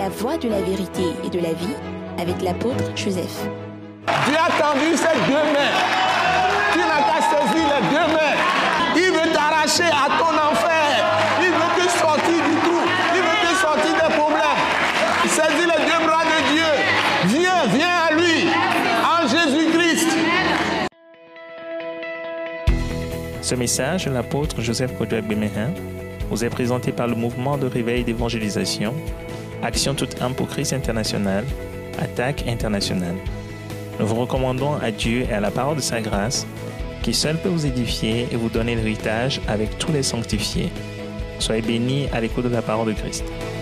la voie de la vérité et de la vie avec l'apôtre Joseph. Dieu a tendu ses deux mains. Tu n'as qu'à saisir les deux mains. Il veut t'arracher à ton enfer. Il veut te sortir du trou. Il veut te sortir des problèmes. Saisis les deux bras de Dieu. Viens à lui, en Jésus-Christ. Ce message de l'apôtre Joseph Kodouak-Bemehin vous est présenté par le mouvement de réveil d'évangélisation, Action toute âme pour Christ international, Attaque internationale. Nous vous recommandons à Dieu et à la parole de sa grâce, qui seul peut vous édifier et vous donner l'héritage avec tous les sanctifiés. Soyez bénis à l'écoute de la parole de Christ.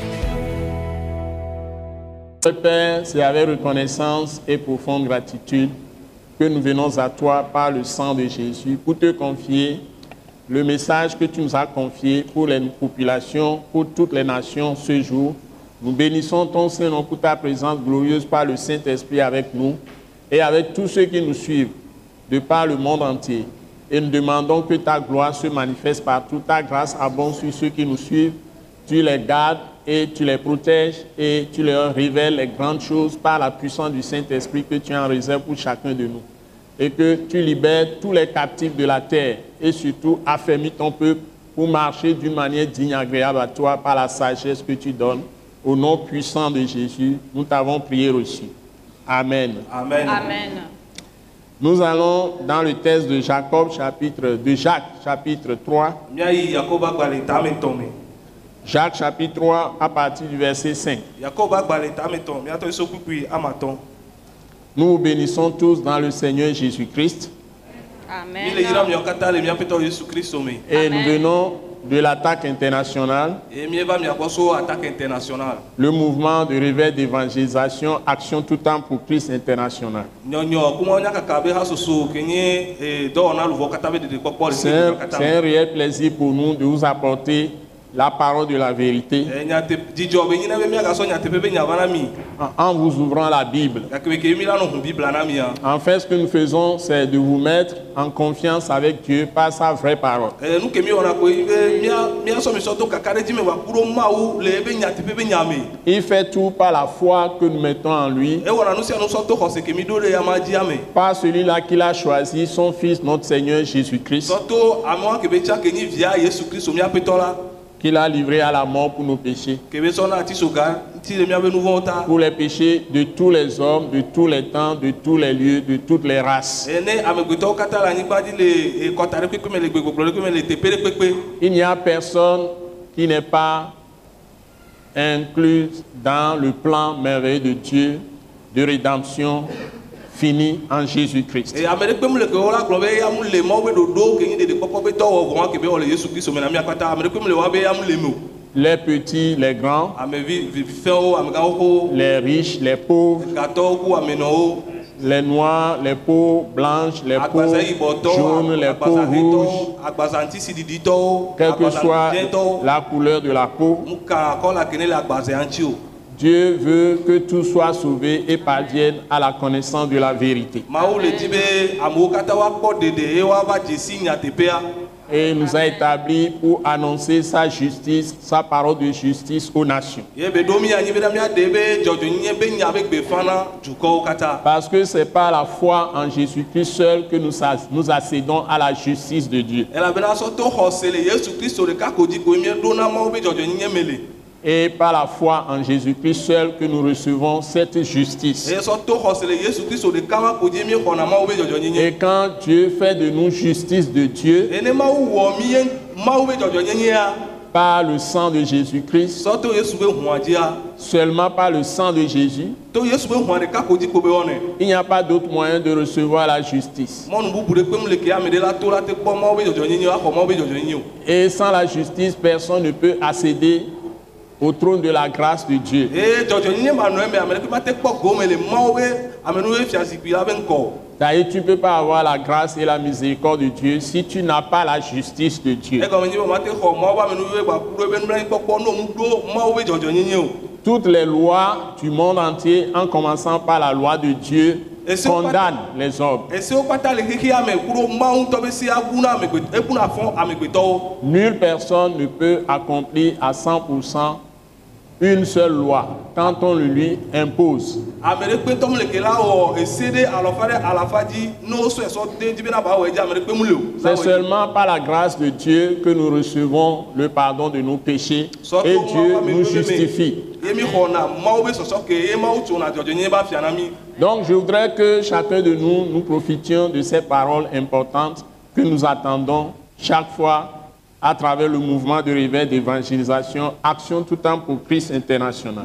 Père, c'est avec reconnaissance et profonde gratitude que nous venons à toi par le sang de Jésus pour te confier le message que tu nous as confié pour les populations, pour toutes les nations ce jour. Nous bénissons ton Saint-Nom pour ta présence glorieuse par le Saint-Esprit avec nous et avec tous ceux qui nous suivent de par le monde entier. Et nous demandons que ta gloire se manifeste partout, ta grâce abonde sur ceux qui nous suivent. Tu les gardes et tu les protèges et tu leur révèles les grandes choses par la puissance du Saint-Esprit que tu as en réserve pour chacun de nous. Et que tu libères tous les captifs de la terre et surtout affermis ton peuple pour marcher d'une manière digne et agréable à toi par la sagesse que tu donnes. Au nom puissant de Jésus, nous t'avons prié reçu. Amen. Amen. Amen. Nous allons dans le texte de Jacques, chapitre 3. Jacques, chapitre 3, à partir du verset 5. Nous vous bénissons tous dans le Seigneur Jésus-Christ. Amen. Et nous venons de l'Attaque internationale, le mouvement de réveil d'évangélisation, Action tout temps pour Christ international. C'est un réel plaisir pour nous de vous apporter la parole de la vérité en vous ouvrant la Bible. En fait, ce que nous faisons, c'est de vous mettre en confiance avec Dieu par sa vraie parole. Il fait tout par la foi que nous mettons en lui, par celui-là qu'il a choisi, son Fils, notre Seigneur Jésus-Christ, qu'il a livré à la mort pour nos péchés, pour les péchés de tous les hommes, de tous les temps, de tous les lieux, de toutes les races. Il n'y a personne qui n'est pas inclus dans le plan merveilleux de Dieu de rédemption fini en Jésus-Christ. Les petits, les grands, les riches, les pauvres, les noirs, les peaux blanches, les peaux jaunes, les peaux rouges, quelle que soit la couleur de la peau. Dieu veut que tout soit sauvé et parvienne à la connaissance de la vérité. Et il nous a établis pour annoncer sa justice, sa parole de justice aux nations. Parce que c'est par la foi en Jésus-Christ seul que nous accédons à la justice de Dieu. Et par la foi en Jésus-Christ seul que nous recevons cette justice. Et quand Dieu fait de nous justice de Dieu, par le sang de Jésus-Christ, seulement par le sang de Jésus, il n'y a pas d'autre moyen de recevoir la justice. Et sans la justice, personne ne peut accéder au trône de la grâce de Dieu. D'ailleurs, tu ne peux pas avoir la grâce et la miséricorde de Dieu si tu n'as pas la justice de Dieu. Toutes les lois du monde entier, en commençant par la loi de Dieu, condamnent les hommes. Nulle personne ne peut accomplir à 100% une seule loi quand on le lui impose. C'est seulement par la grâce de Dieu que nous recevons le pardon de nos péchés et Dieu nous justifie. Donc je voudrais que chacun de nous profitions de ces paroles importantes que nous attendons chaque fois à travers le mouvement de réveil d'évangélisation, Action tout temps pour Christ international.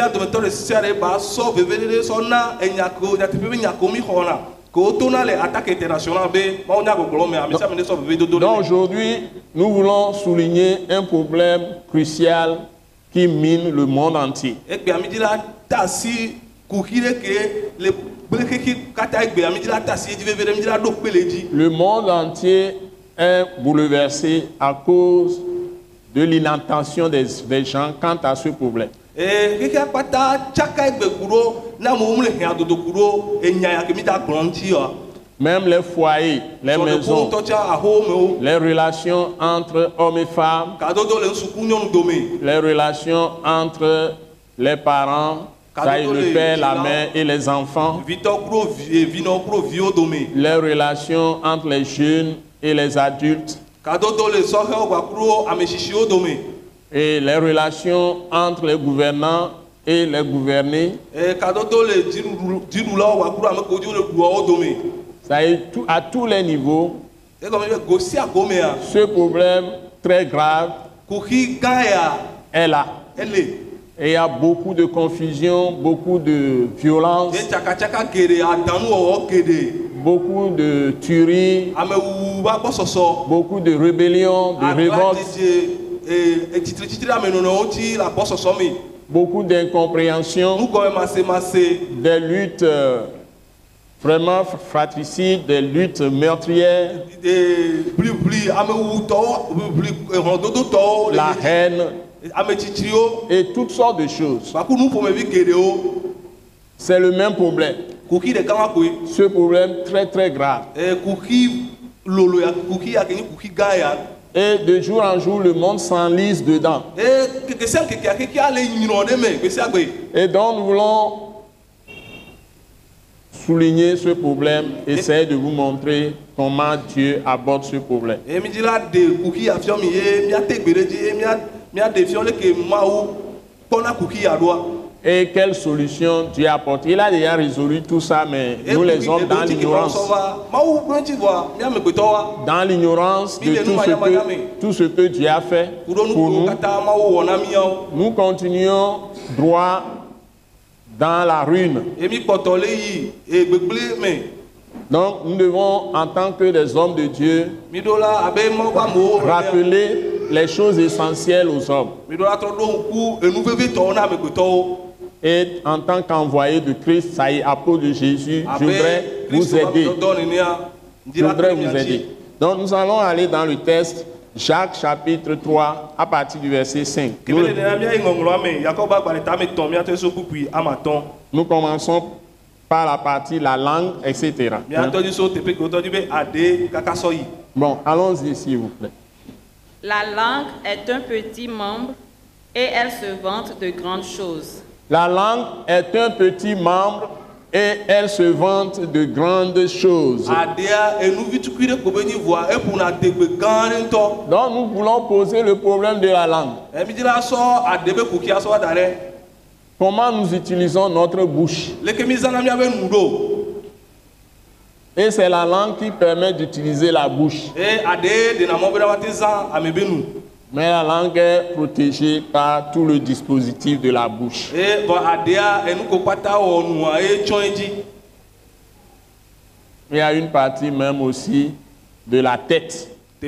Donc aujourd'hui, nous voulons souligner un problème crucial qui mine le monde entier. Le monde entier est bouleversé à cause de l'inattention des gens quant à ce problème. Même les foyers, les maisons, les relations entre hommes et femmes, les relations entre les parents, le père, la mère et les enfants, les relations entre les jeunes et les adultes, et les relations entre les gouvernants et les gouvernés. Ça est à tous les niveaux. Ce problème très grave est là. Et il y a beaucoup de confusion, beaucoup de violence, beaucoup de tueries, beaucoup de rébellions, de révoltes, beaucoup d'incompréhension, des luttes vraiment fratricides, des luttes meurtrières, la haine et toutes sortes de choses. C'est le même problème. Ce problème très très grave. Et de jour en jour, le monde s'enlise dedans. Et donc nous voulons souligner ce problème, essayer de vous montrer comment Dieu aborde ce problème. Et quelle solution Dieu apporte. Il a déjà résolu tout ça, mais nous les hommes dans l'ignorance. Dans l'ignorance de tout ce que Dieu a fait pour nous, nous continuons droit dans la ruine. Donc nous devons, en tant que des hommes de Dieu, rappeler les choses essentielles aux hommes. Et en tant qu'envoyé de Christ, ça y est, apôtre de Jésus, je voudrais vous aider. Je voudrais vous aider. Donc nous allons aller dans le texte, Jacques chapitre 3, à partir du verset 5. Nous commençons par la partie la langue, etc. Bon, allons-y s'il vous plaît. La langue est un petit membre et elle se vante de grandes choses. La langue est un petit membre et elle se vante de grandes choses. Donc nous voulons poser le problème de la langue. Comment nous utilisons notre bouche? Et c'est la langue qui permet d'utiliser la bouche. Mais la langue est protégée par tout le dispositif de la bouche. Il y a une partie même aussi de la tête,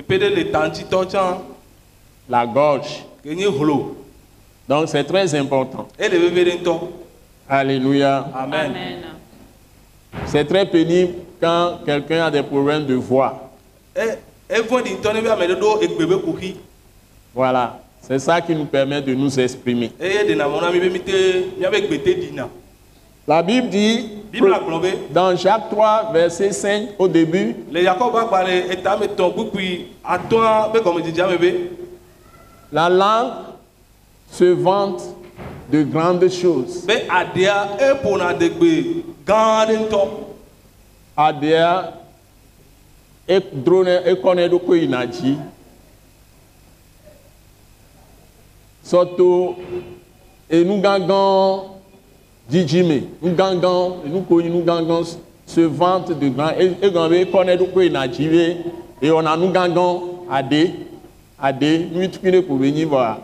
la gorge. Donc c'est très important. Alléluia. Amen. C'est très pénible quand quelqu'un a des problèmes de voix. Voilà, c'est ça qui nous permet de nous exprimer. La Bible dit, dans Jacques 3, verset 5, au début, la langue se vante de grandes choses. be adea epona degbe gãaɖe ŋutɔ. Adea drone ekɔnɛ ɖokui yina dzi. Sɔto enu gãgã dzidzime, nu gãgã, nu gãgã se vante de grand. Egɔme be ekɔnɛ ɖokui yina dzi be eyɔna nu gãgã ade nu tukui ɖe ko be nyi vɔa.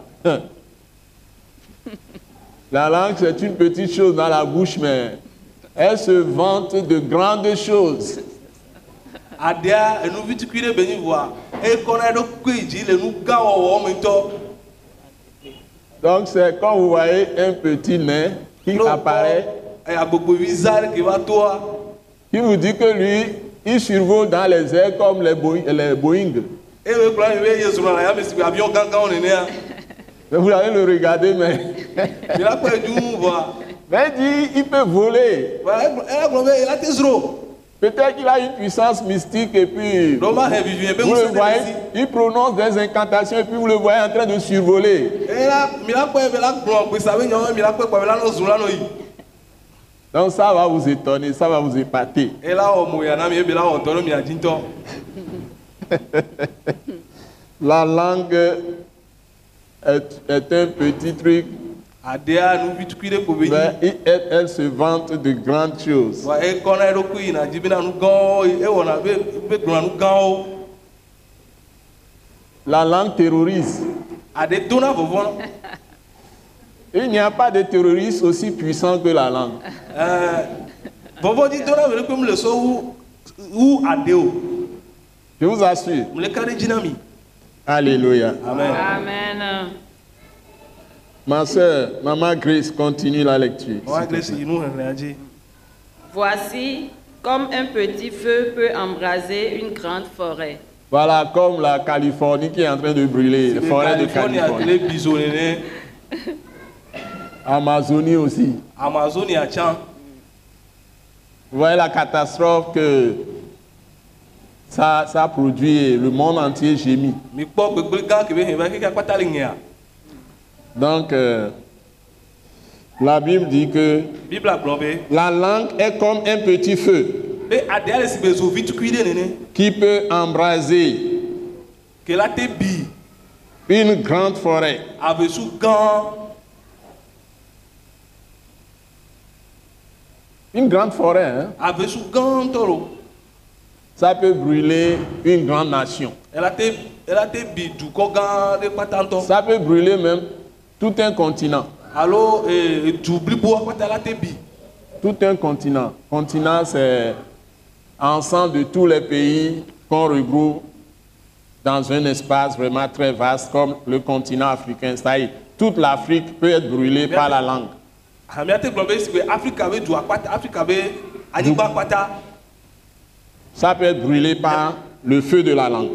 La langue c'est une petite chose dans la bouche mais elle se vante de grandes choses. Adea enu vitukui ɖe be nyi vɔa ekɔnɛ ɖokui dzi le nu gã wɔwɔ me ŋutɔ. Donc c'est quand vous voyez un petit nain qui apparaît, qui vous dit que lui, il survole dans les airs comme les Boeing. Mais vous allez le regarder, mais il dit il peut voler. Peut-être qu'il a une puissance mystique et puis vous le voyez, il prononce des incantations et puis vous le voyez en train de survoler. Donc ça va vous étonner, ça va vous épater. La langue est un petit truc. Mais elle se vante de grandes choses. La langue terrorise. Il n'y a pas de terroriste aussi puissant que la langue. Je vous assure. Alléluia. Amen. Amen. Ma soeur, Maman Grace, continue la lecture. Voici comme un petit feu peut embraser une grande forêt. Voilà, comme la Californie qui est en train de brûler, la forêt de Californie. Amazonie aussi. Amazonie a tchan. Vous voyez la catastrophe que ça produit, le monde entier gémit. Donc, la Bible dit que la langue est comme un petit feu qui peut embraser une grande forêt. Une grande forêt, hein? Ça peut brûler une grande nation. Ça peut brûler même tout un continent. Tout un continent. Continent, c'est ensemble de tous les pays qu'on regroupe dans un espace vraiment très vaste comme le continent africain. C'est-à-dire, toute l'Afrique peut être brûlée par la langue. Ça peut être brûlé par le feu de la langue.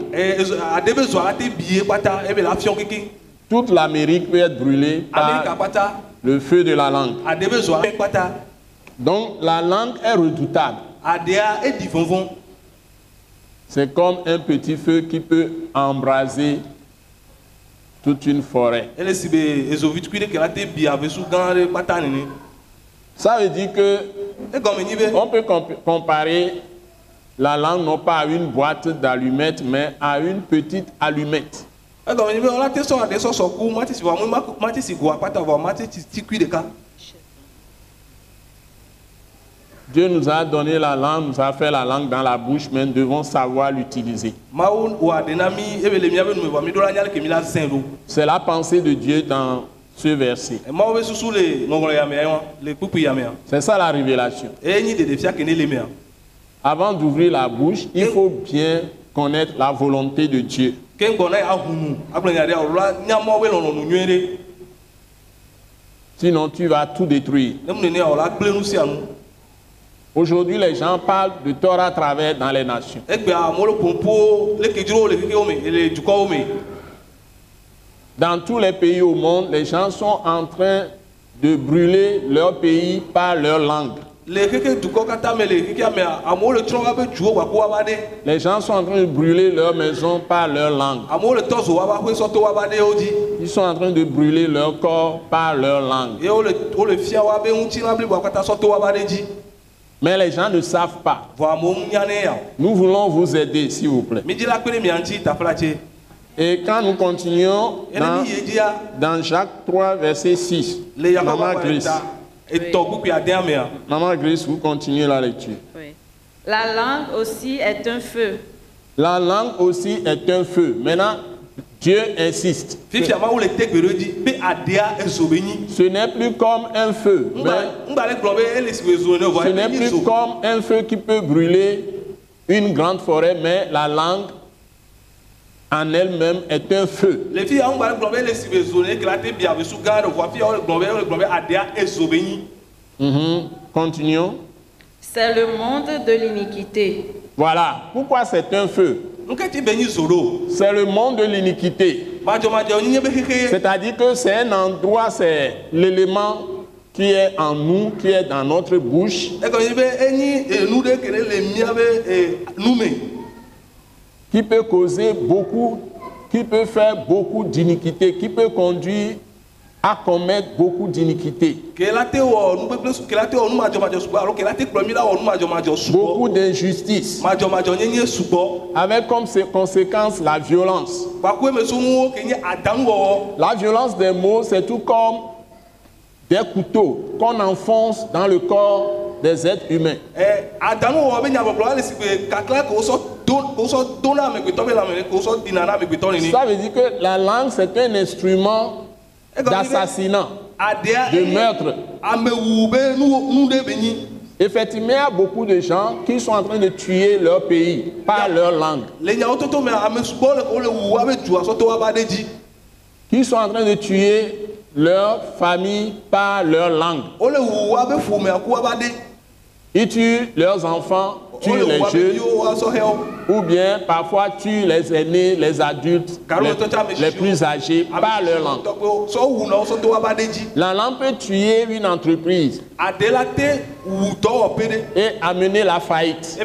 Toute l'Amérique peut être brûlée par le feu de la langue. Donc la langue est redoutable. C'est comme un petit feu qui peut embraser toute une forêt. Ça veut dire que on peut comparer la langue non pas à une boîte d'allumettes, mais à une petite allumette. Dieu nous a donné la langue, nous a fait la langue dans la bouche, mais nous devons savoir l'utiliser. C'est la pensée de Dieu dans ce verset. C'est ça la révélation. Avant d'ouvrir la bouche, il faut bien connaître la volonté de Dieu. Sinon, tu vas tout détruire. Aujourd'hui, les gens parlent de tort à travers dans les nations. Dans tous les pays au monde, les gens sont en train de brûler leur pays par leur langue. Les gens sont en train de brûler leur maison par leur langue. Ils sont en train de brûler leur corps par leur langue. Mais les gens ne savent pas. Nous voulons vous aider, s'il vous plaît. Et quand nous continuons dans Jacques 3, verset 6, Maman Grace, vous continuez la lecture. Oui. La langue aussi est un feu. La langue aussi est un feu. Maintenant, Dieu insiste. Ce n'est plus comme un feu. Ce n'est plus comme un feu qui peut brûler une grande forêt, mais la langue en elle-même est un feu. Continuons. C'est le monde de l'iniquité. Voilà. Pourquoi c'est un feu? C'est le monde de l'iniquité. C'est-à-dire que c'est un endroit, c'est l'élément qui est en nous, qui est dans notre bouche, qui peut causer beaucoup, qui peut faire beaucoup d'iniquité, qui peut conduire à commettre beaucoup d'iniquité. Beaucoup d'injustice. Avec comme conséquence la violence. La violence des mots, c'est tout comme des couteaux qu'on enfonce dans le corps des êtres humains. Ça veut dire que la langue, c'est un instrument d'assassinat, de meurtre. Effectivement, il y a beaucoup de gens qui sont en train de tuer leur pays par leur langue. Qui sont en train de tuer leur famille par leur langue. Ils tuent leurs enfants, tuent les jeunes, ou bien parfois tuent les aînés, les adultes, les plus âgés par leur langue. La langue peut tuer une entreprise et amener la faillite.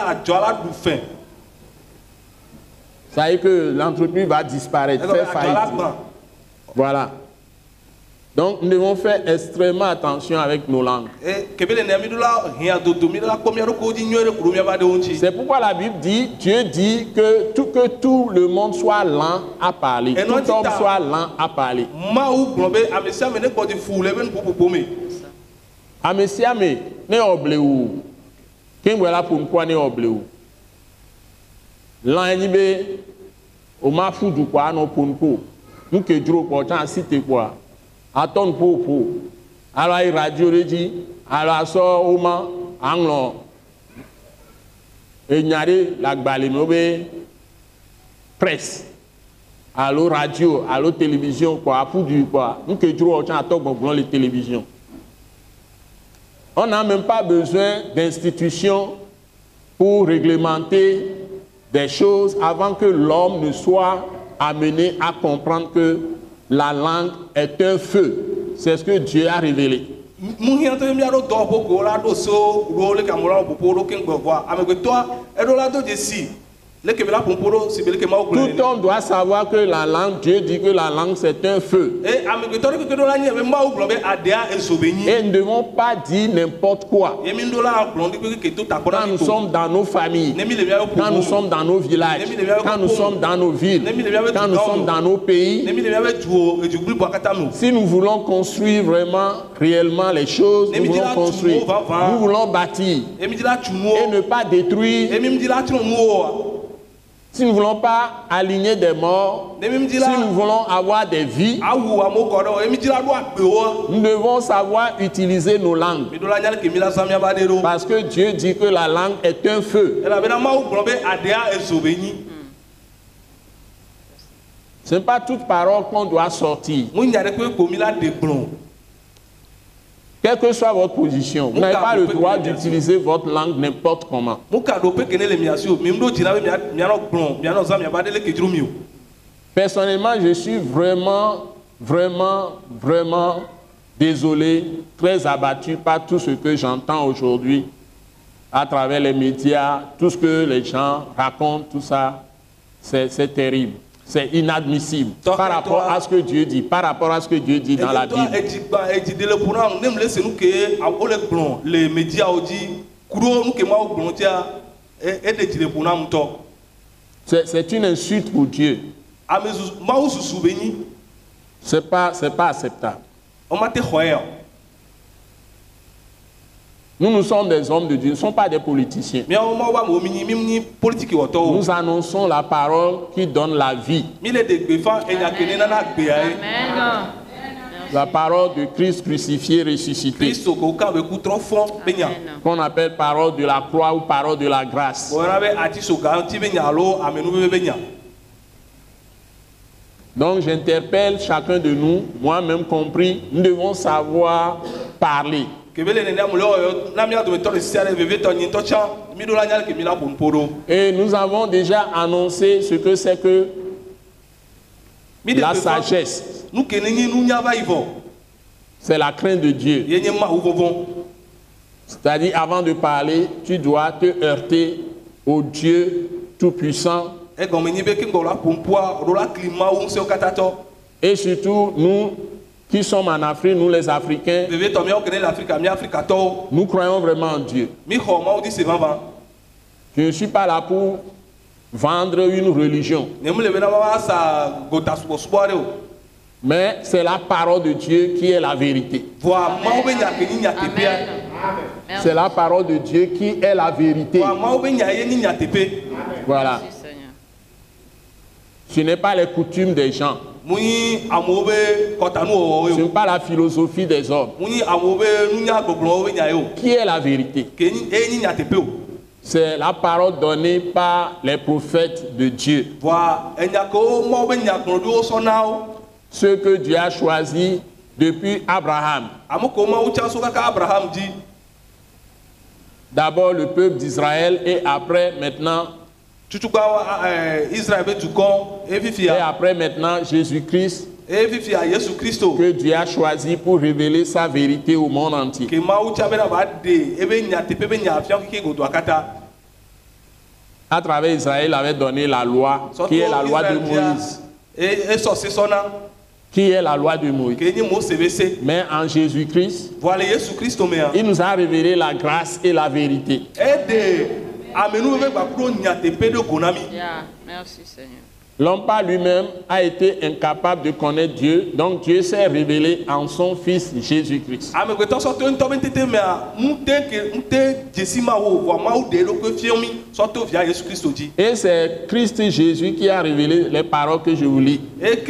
Ça veut dire que l'entreprise va disparaître, faire faillite. Voilà. Donc nous devons faire extrêmement attention avec nos langues. C'est pourquoi la Bible dit, Dieu dit que tout le monde soit lent à parler. Tout homme soit lent à parler. Amesiame ne obleu. Kengwela pour ne obleu. L'anibe o ma fudu kwa no punko. Nuke dro ko tan cité quoi. Attends pour alors il radio dit alors so oma anglo et nyare la gbalinobe presse alors radio alors télévision quoi pour du quoi nous que dro autant attend bon les télévisions. On n'a même pas besoin d'institutions pour réglementer des choses avant que l'homme ne soit amené à comprendre que la langue est un feu. C'est ce que Dieu a révélé. Tout homme doit savoir que la langue, Dieu dit que la langue c'est un feu. Et nous ne devons pas dire n'importe quoi. Quand nous sommes dans nos familles, quand nous sommes dans nos villages, quand nous sommes dans nos villes, quand nous sommes dans nos pays, si nous voulons construire vraiment, réellement les choses, nous voulons construire, nous voulons bâtir et ne pas détruire. Si nous ne voulons pas aligner des morts, si nous voulons avoir des vies, nous devons savoir utiliser nos langues. Parce que Dieu dit que la langue est un feu. Ce n'est pas toute parole qu'on doit sortir. Quelle que soit votre position, vous n'avez pas le droit d'utiliser votre langue n'importe comment. Personnellement, je suis vraiment désolé, très abattu par tout ce que j'entends aujourd'hui à travers les médias, tout ce que les gens racontent, tout ça, c'est terrible. C'est inadmissible par rapport à ce que Dieu dit, par rapport à ce que Dieu dit dans la Bible. C'est une insulte pour Dieu. C'est pas acceptable. Nous sommes des hommes de Dieu, nous ne sommes pas des politiciens. Nous annonçons la parole qui donne la vie. La parole de Christ crucifié, ressuscité. Qu'on appelle parole de la croix ou parole de la grâce. Donc j'interpelle chacun de nous, moi-même compris, nous devons savoir parler. Et nous avons déjà annoncé ce que c'est que la sagesse. C'est la crainte de Dieu. C'est-à-dire, avant de parler, tu dois te heurter au Dieu Tout-Puissant. Et surtout, nous qui sommes en Afrique, nous les Africains, nous croyons vraiment en Dieu. Je ne suis pas là pour vendre une religion. Mais c'est la parole de Dieu qui est la vérité. C'est la parole de Dieu qui est la vérité. Voilà. Ce n'est pas les coutumes des gens. Ce n'est pas la philosophie des hommes. Qui est la vérité? C'est la parole donnée par les prophètes de Dieu. Ceux que Dieu a choisis depuis Abraham. D'abord le peuple d'Israël et après maintenant et après maintenant Jésus-Christ que Dieu a choisi pour révéler sa vérité au monde entier. À travers Israël, il avait donné la loi, qui est la loi de Moïse. Qui est la loi de Moïse. Mais en Jésus-Christ, il nous a révélé la grâce et la vérité. Merci Seigneur. L'homme par lui-même a été incapable de connaître Dieu, donc Dieu s'est révélé en son Fils Jésus-Christ. Et c'est Christ Jésus qui a révélé les paroles que je vous lis.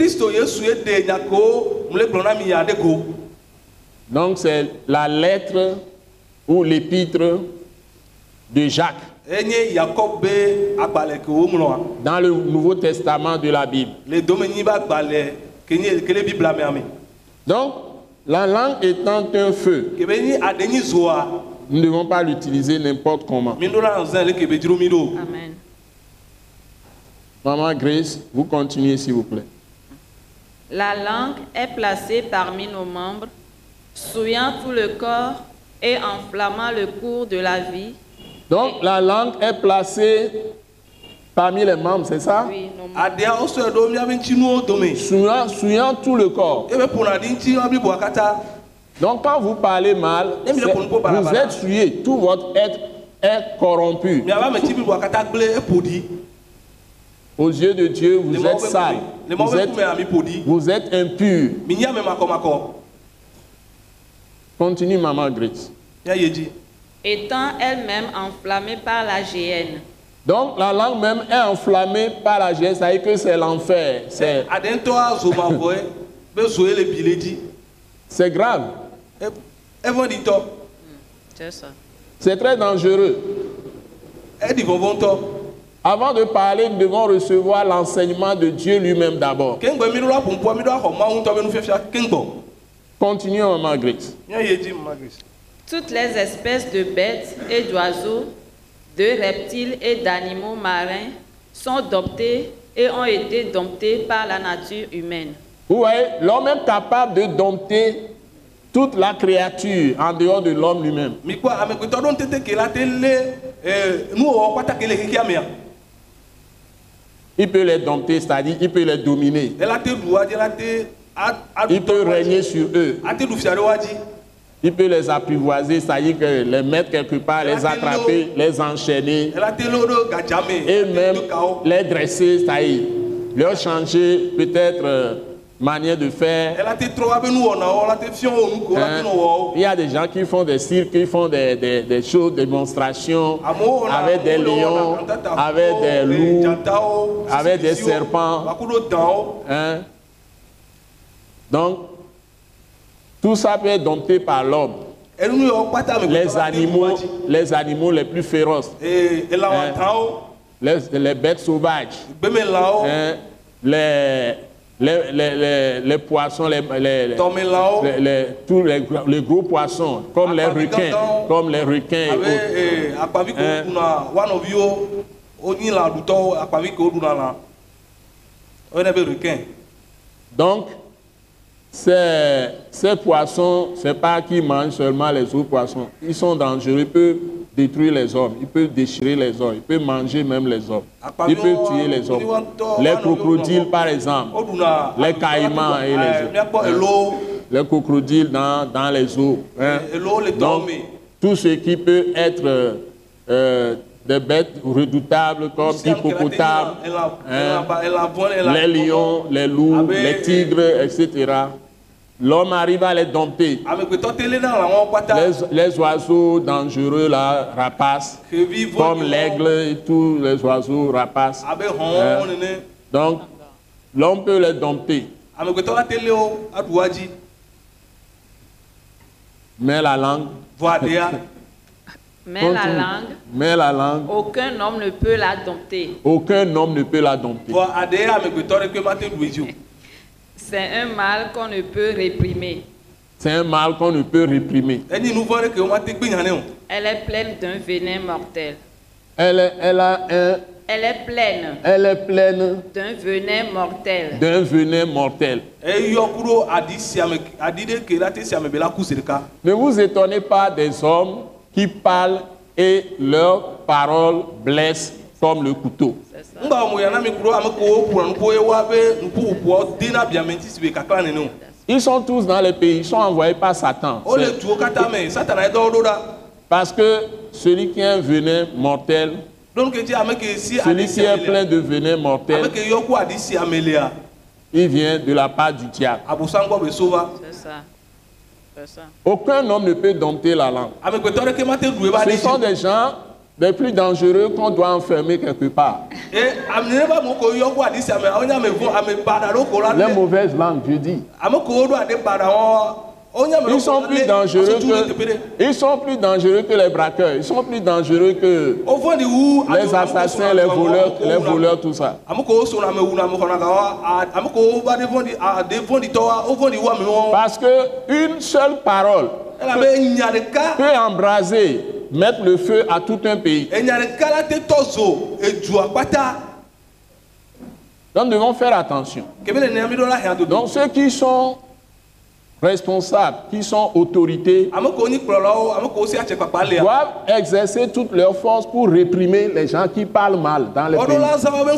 Donc c'est la lettre ou l'épître de Jacques. Dans le Nouveau Testament de la Bible. Donc, la langue étant un feu, nous ne devons pas l'utiliser n'importe comment. Amen. Maman Grace, vous continuez s'il vous plaît. La langue est placée parmi nos membres, souillant tout le corps et enflammant le cours de la vie. Donc la langue est placée parmi les membres, c'est ça? Oui, nos membres. Souillant tout le corps. Donc quand vous parlez mal, vous êtes souillé, tout votre être est corrompu. Aux yeux de Dieu, vous êtes sale, vous êtes impur. Continue, Maman Grace. Étant elle-même enflammée par la géhenne. Donc la langue même est enflammée par la géhenne, ça veut dire que c'est l'enfer. C'est grave. C'est ça. C'est très dangereux. Avant de parler, nous devons recevoir l'enseignement de Dieu lui-même d'abord. Continuons, Maman Grace. Toutes les espèces de bêtes et d'oiseaux, de reptiles et d'animaux marins sont domptés et ont été domptés par la nature humaine. Vous voyez, l'homme est capable de dompter toute la créature en dehors de l'homme lui-même. Il peut les dompter, c'est-à-dire il peut les dominer. Il peut régner sur eux. Il peut les apprivoiser, c'est-à-dire que les mettre quelque part, les attraper, les enchaîner, et même les dresser, c'est-à-dire leur changer peut-être manière de faire. Il y a des gens qui font des cirques, qui font des shows, des démonstrations avec des lions, avec des loups, avec des serpents. Hein? Donc, tout ça peut être dompté par l'homme. Les animaux les plus féroces. Les bêtes sauvages. Hein? Les poissons, tous les gros poissons, comme les requins. Comme les requins. Donc, ces poissons, ce n'est pas qu'ils mangent seulement les autres poissons. Ils sont dangereux, ils peuvent détruire les hommes, ils peuvent déchirer les hommes, ils peuvent manger même les hommes, ils peuvent tuer les hommes. Les crocodiles, par exemple, les caïmans et les autres. Les crocodiles dans les eaux. Hein. Donc, tout ce qui peut être des bêtes redoutables comme hippopotames, hein, les lions, les loups, les tigres, etc. L'homme arrive à les dompter. Les oiseaux dangereux, là, rapaces, comme l'aigle et tous les oiseaux rapaces. Hein. Donc, l'homme peut les dompter. Mais la langue... Mais la langue, aucun homme ne peut la dompter. Aucun homme ne peut la dompter. C'est un mal qu'on ne peut réprimer. C'est un mal qu'on ne peut réprimer. Elle est pleine d'un venin mortel. Elle est pleine d'un venin mortel. D'un venin mortel. Ne vous étonnez pas des hommes qui parlent et leurs paroles blessent comme le couteau. Ils sont tous dans les pays, ils sont envoyés par Satan. Parce que celui qui a un venin mortel, celui qui est plein de venin mortel, il vient de la part du diable. C'est ça. Aucun homme ne peut dompter la langue. Ce sont des gens les plus dangereux qu'on doit enfermer quelque part. Les mauvaises langues, je dis. Ils sont plus dangereux que les braqueurs. Ils sont plus dangereux que les assassins, les voleurs, tout ça. Parce qu'une seule parole peut embraser, mettre le feu à tout un pays. Donc nous devons faire attention. Donc ceux qui sont responsables, qui sont autorités, doivent exercer toute leur force pour réprimer les gens qui parlent mal dans les pays.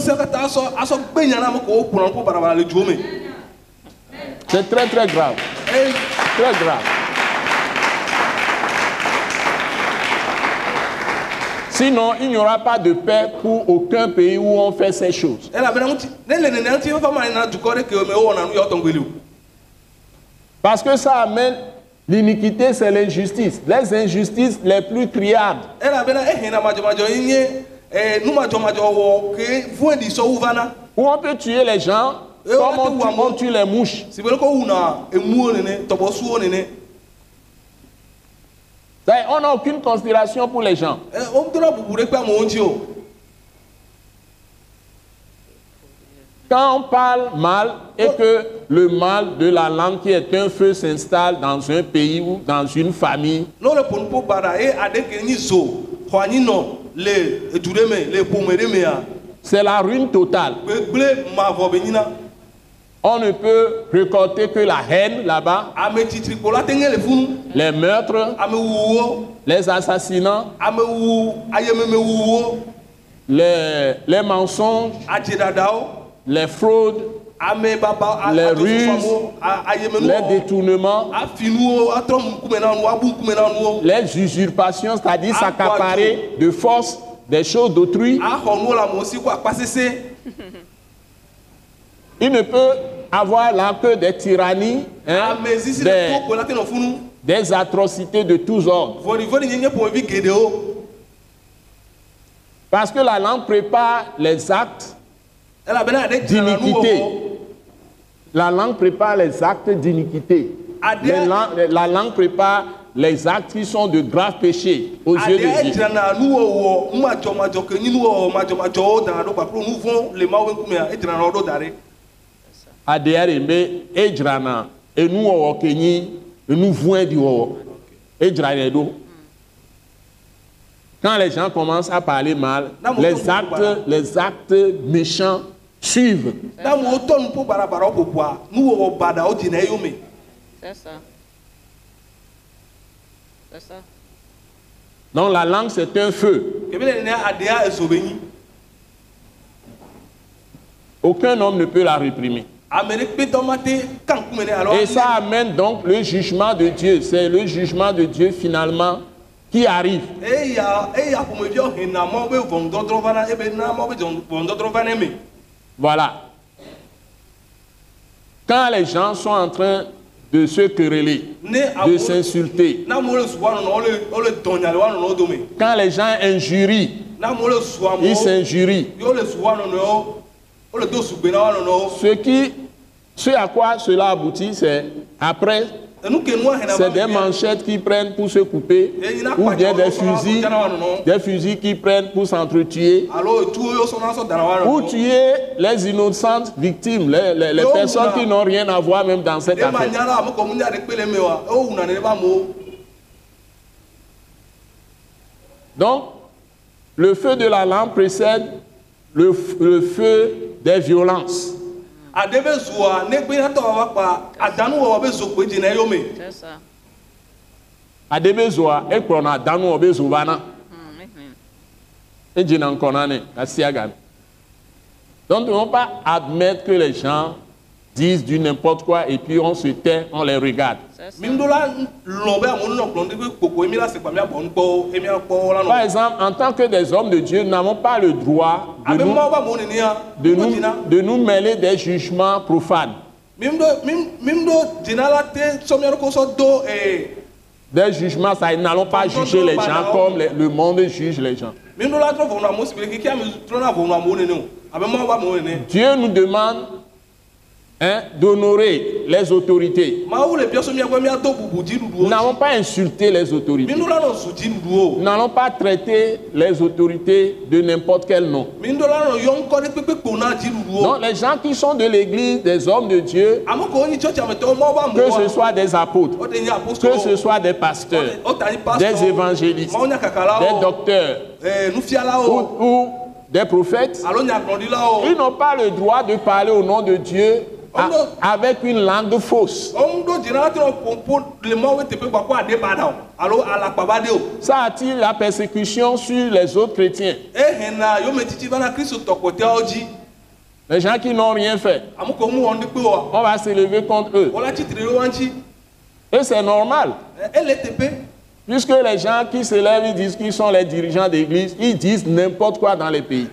C'est très très grave. Très grave. Sinon, il n'y aura pas de paix pour aucun pays où on fait ces choses. Parce que ça amène l'iniquité, c'est l'injustice. Les injustices les plus criardes. Où on peut tuer les gens comme on tue les mouches. On n'a aucune considération pour les gens. Quand on parle mal et que le mal de la langue qui est un feu s'installe dans un pays ou dans une famille, c'est la ruine totale. On ne peut récolter que la haine là-bas, ame titri ko la tenge le funu les meurtres, ame wuwo les assassinats, ame wu ayememe wuwo les mensonges, adjedadao les fraudes, ame baba les ruses ayememe les détournements, afinuwo atrom kumena nu abu kumena nu les usurpations, c'est-à-dire s'accaparer de force des choses d'autrui. ahonu la mo si ko apasese. Il ne peut avoir là que des tyrannies, hein, des atrocités de tous ordres. Parce que la langue prépare les actes d'iniquité. La langue prépare les actes d'iniquité. La langue prépare les actes qui sont de graves péchés aux yeux de Dieu. ADR Edrana et nous au Kenya et nous voyons du Edranedo. Quand les gens commencent à parler mal, les actes méchants suivent. C'est ça. C'est ça. Donc la langue c'est un feu. Aucun homme ne peut la réprimer. Et ça amène donc le jugement de Dieu. C'est le jugement de Dieu finalement qui arrive. Voilà. Quand les gens sont en train de se quereller, de s'insulter, quand les gens injurient, ils s'injurient. Ce à quoi cela aboutit, c'est après, c'est des manchettes qui prennent pour se couper, ou bien des fusils qui prennent pour s'entretuer, ou tuer les innocentes victimes, les personnes qui n'ont rien à voir même dans cette affaire. Donc, le feu de la lampe précède le feu des violences. C'est ça. Adebezoa ekrona danu obezubana. Ejina nkonane asiagan. Donc ne vont pas admettre que les gens disent du n'importe quoi et puis on se tait, on les regarde. Par exemple, en tant que des hommes de Dieu, nous n'avons pas le droit de nous mêler des jugements profanes. Des jugements, ça, nous n'allons pas juger les gens comme le monde juge les gens. Dieu nous demande d'honorer les autorités. Nous n'allons pas insulter les autorités. Nous n'allons pas traiter les autorités de n'importe quel nom. Donc les gens qui sont de l'église, des hommes de Dieu, que ce soit des apôtres, que ce soit des pasteurs, des évangélistes, des docteurs ou des prophètes, ils n'ont pas le droit de parler au nom de Dieu avec une langue fausse. Ça attire la persécution sur les autres chrétiens. Les gens qui n'ont rien fait, on va s'élever contre eux. Et c'est normal. Puisque les gens qui se lèvent, ils disent qu'ils sont les dirigeants d'église, ils disent n'importe quoi dans les pays.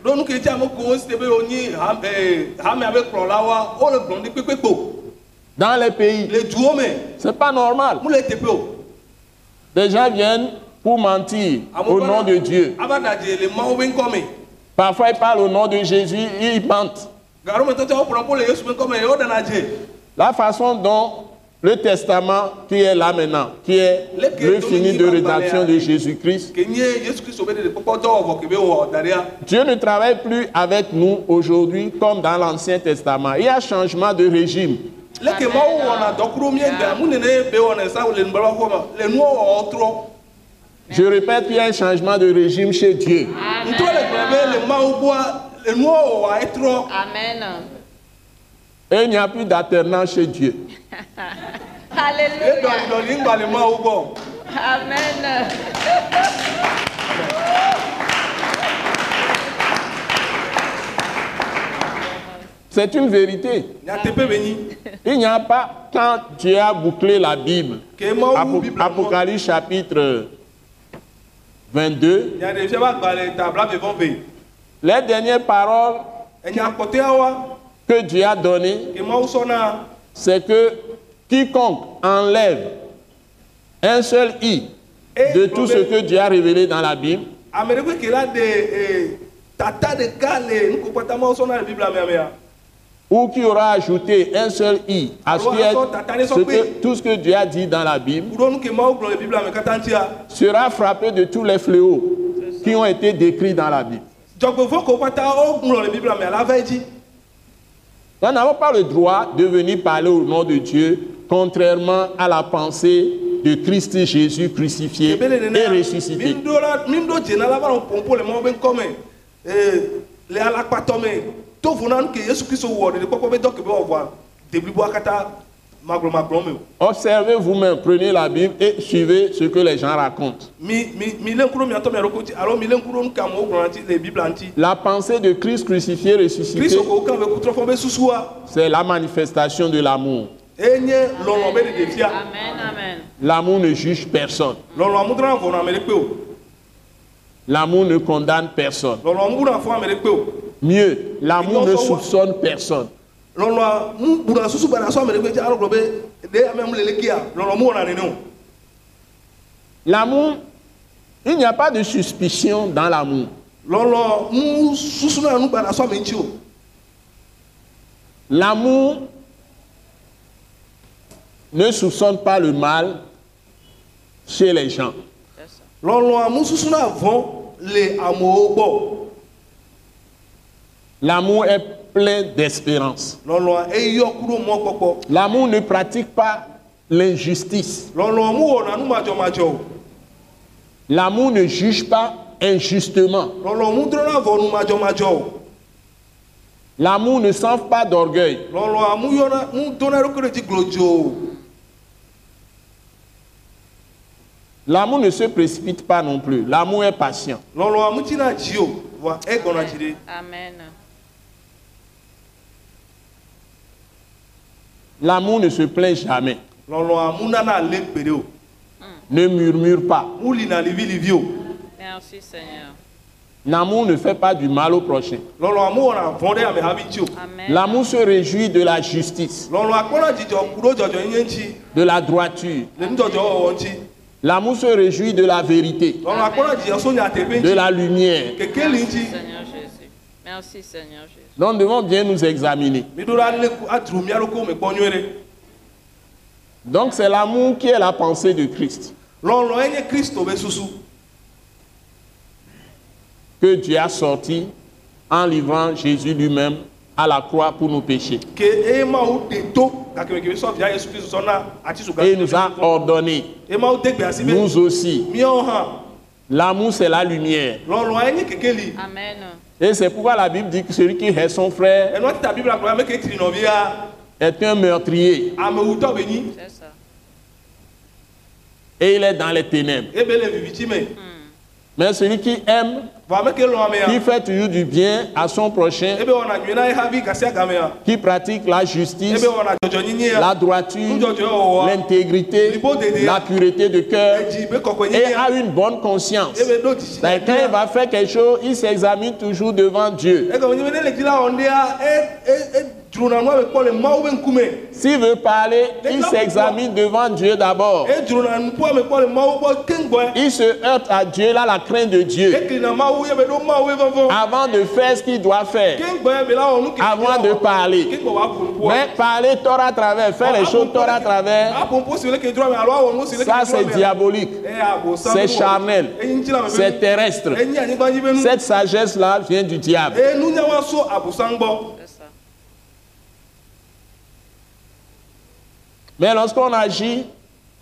Dans les pays, c'est pas normal. Les gens viennent pour mentir au nom de Dieu. Parfois ils parlent au nom de Jésus, ils mentent. La façon dont le testament qui est là maintenant, qui est le fini de rédaction de Jésus-Christ, Dieu ne travaille plus avec nous aujourd'hui comme dans l'Ancien Testament. Il y a changement de régime. Je répète, il y a un changement de régime chez Dieu. Amen. Et il n'y a plus d'alternance chez Dieu. Alléluia. Alléluia. Amen. C'est une vérité. Il n'y a pas, quand Dieu a bouclé la Bible, Apocalypse chapitre 22, les dernières paroles que Dieu a données, c'est que quiconque enlève un seul i de tout ce que Dieu a révélé dans la Bible, ou qui aura ajouté un seul i à tout ce que Dieu a dit dans la Bible, sera frappé de tous les fléaux qui ont été décrits dans la Bible. Nous n'avons pas le droit de venir parler au nom de Dieu, contrairement à la pensée de Christ Jésus crucifié et ressuscité. Observez vous-même, prenez la Bible et suivez ce que les gens racontent. La pensée de Christ crucifié et ressuscité, c'est la manifestation de l'amour. L'amour ne juge personne. L'amour ne condamne personne. Mieux, l'amour ne soupçonne personne. L'amour, il n'y a pas de suspicion dans l'amour. L'amour ne soupçonne pas le mal chez les gens. L'amour est plein d'espérance. L'amour ne pratique pas l'injustice. L'amour ne juge pas injustement. L'amour ne s'enfle pas d'orgueil. L'amour ne se précipite pas non plus. L'amour est patient. Amen. L'amour ne se plaint jamais. Ne murmure pas. Merci Seigneur. L'amour ne fait pas du mal au prochain. Amen. L'amour se réjouit de la justice, de la droiture. L'amour se réjouit de la vérité, de la lumière. Merci Seigneur Jésus. Merci Seigneur Jésus. Donc nous devons bien nous examiner. Donc c'est l'amour qui est la pensée de Christ, que Dieu a sorti en livrant Jésus lui-même à la croix pour nos péchés. Et il nous a ordonné, nous aussi. L'amour c'est la lumière. Amen. Et c'est pourquoi la Bible dit que celui qui hait son frère est un meurtrier. C'est ça. Et il est dans les ténèbres. Mais celui qui aime, qui fait toujours du bien à son prochain, qui pratique la justice, la droiture, l'intégrité, la pureté de cœur et a une bonne conscience. Quand il va faire quelque chose, il s'examine toujours devant Dieu. S'il veut parler, il s'examine devant Dieu d'abord. Il se heurte à Dieu, là, la crainte de Dieu, avant de faire ce qu'il doit faire, avant de parler. Mais parler tort à travers, faire les choses tort à travers, ça c'est diabolique, c'est charnel, c'est terrestre. Cette sagesse-là vient du diable. Mais lorsqu'on agit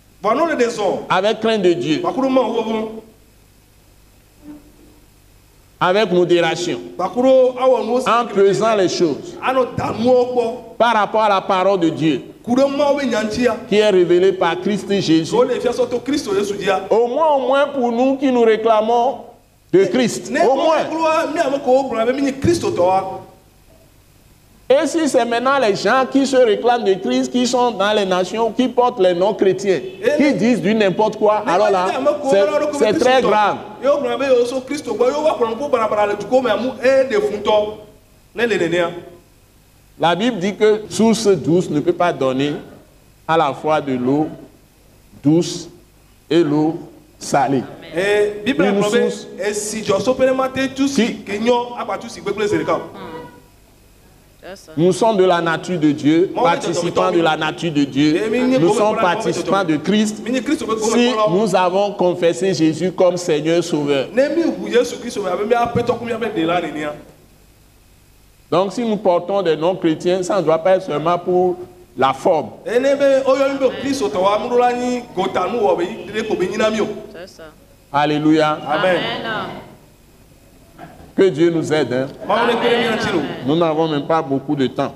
avec crainte de Dieu, avec modération, bakuro awɔ nuwo si en pesant les choses anɔ danuwo gbɔ par rapport à la parole de Dieu kuɖe mawo be nyantia qui est révélée par Christ Jésus. o le fiasɔ to Kristo Yesu dia. Au moins pour nous qui nous réclamons de Christ. ne Au moins. kɔkɔkura mi ame ko wo gblɔ be mi nye Kristo tɔ wa. Et si c'est maintenant les gens qui se réclament de Christ, qui sont dans les nations, qui portent les noms chrétiens, qui disent du n'importe quoi, alors là, c'est très grave. Yo gblɔ be yo so Kristo gbɔ yo wa kplɔ ko barabara le duko me amu e de funtɔ ne le nenea. La Bible dit que source douce ne peut pas donner à la fois de l'eau douce et l'eau salée. Bible Une gblɔ be source esi dzɔso ƒe ma te tu si ke nyɔ agba tu si gbegble zi ɖeka. Nous sommes de la nature de Dieu, participants de la nature de Dieu. Nous sommes participants de Christ. Si nous avons confessé Jésus comme Seigneur Sauveur. Donc si nous portons des noms chrétiens, ça ne doit pas être seulement pour la forme. Alléluia. Amen. Que Dieu nous aide. Hein. Nous n'avons même pas beaucoup de temps.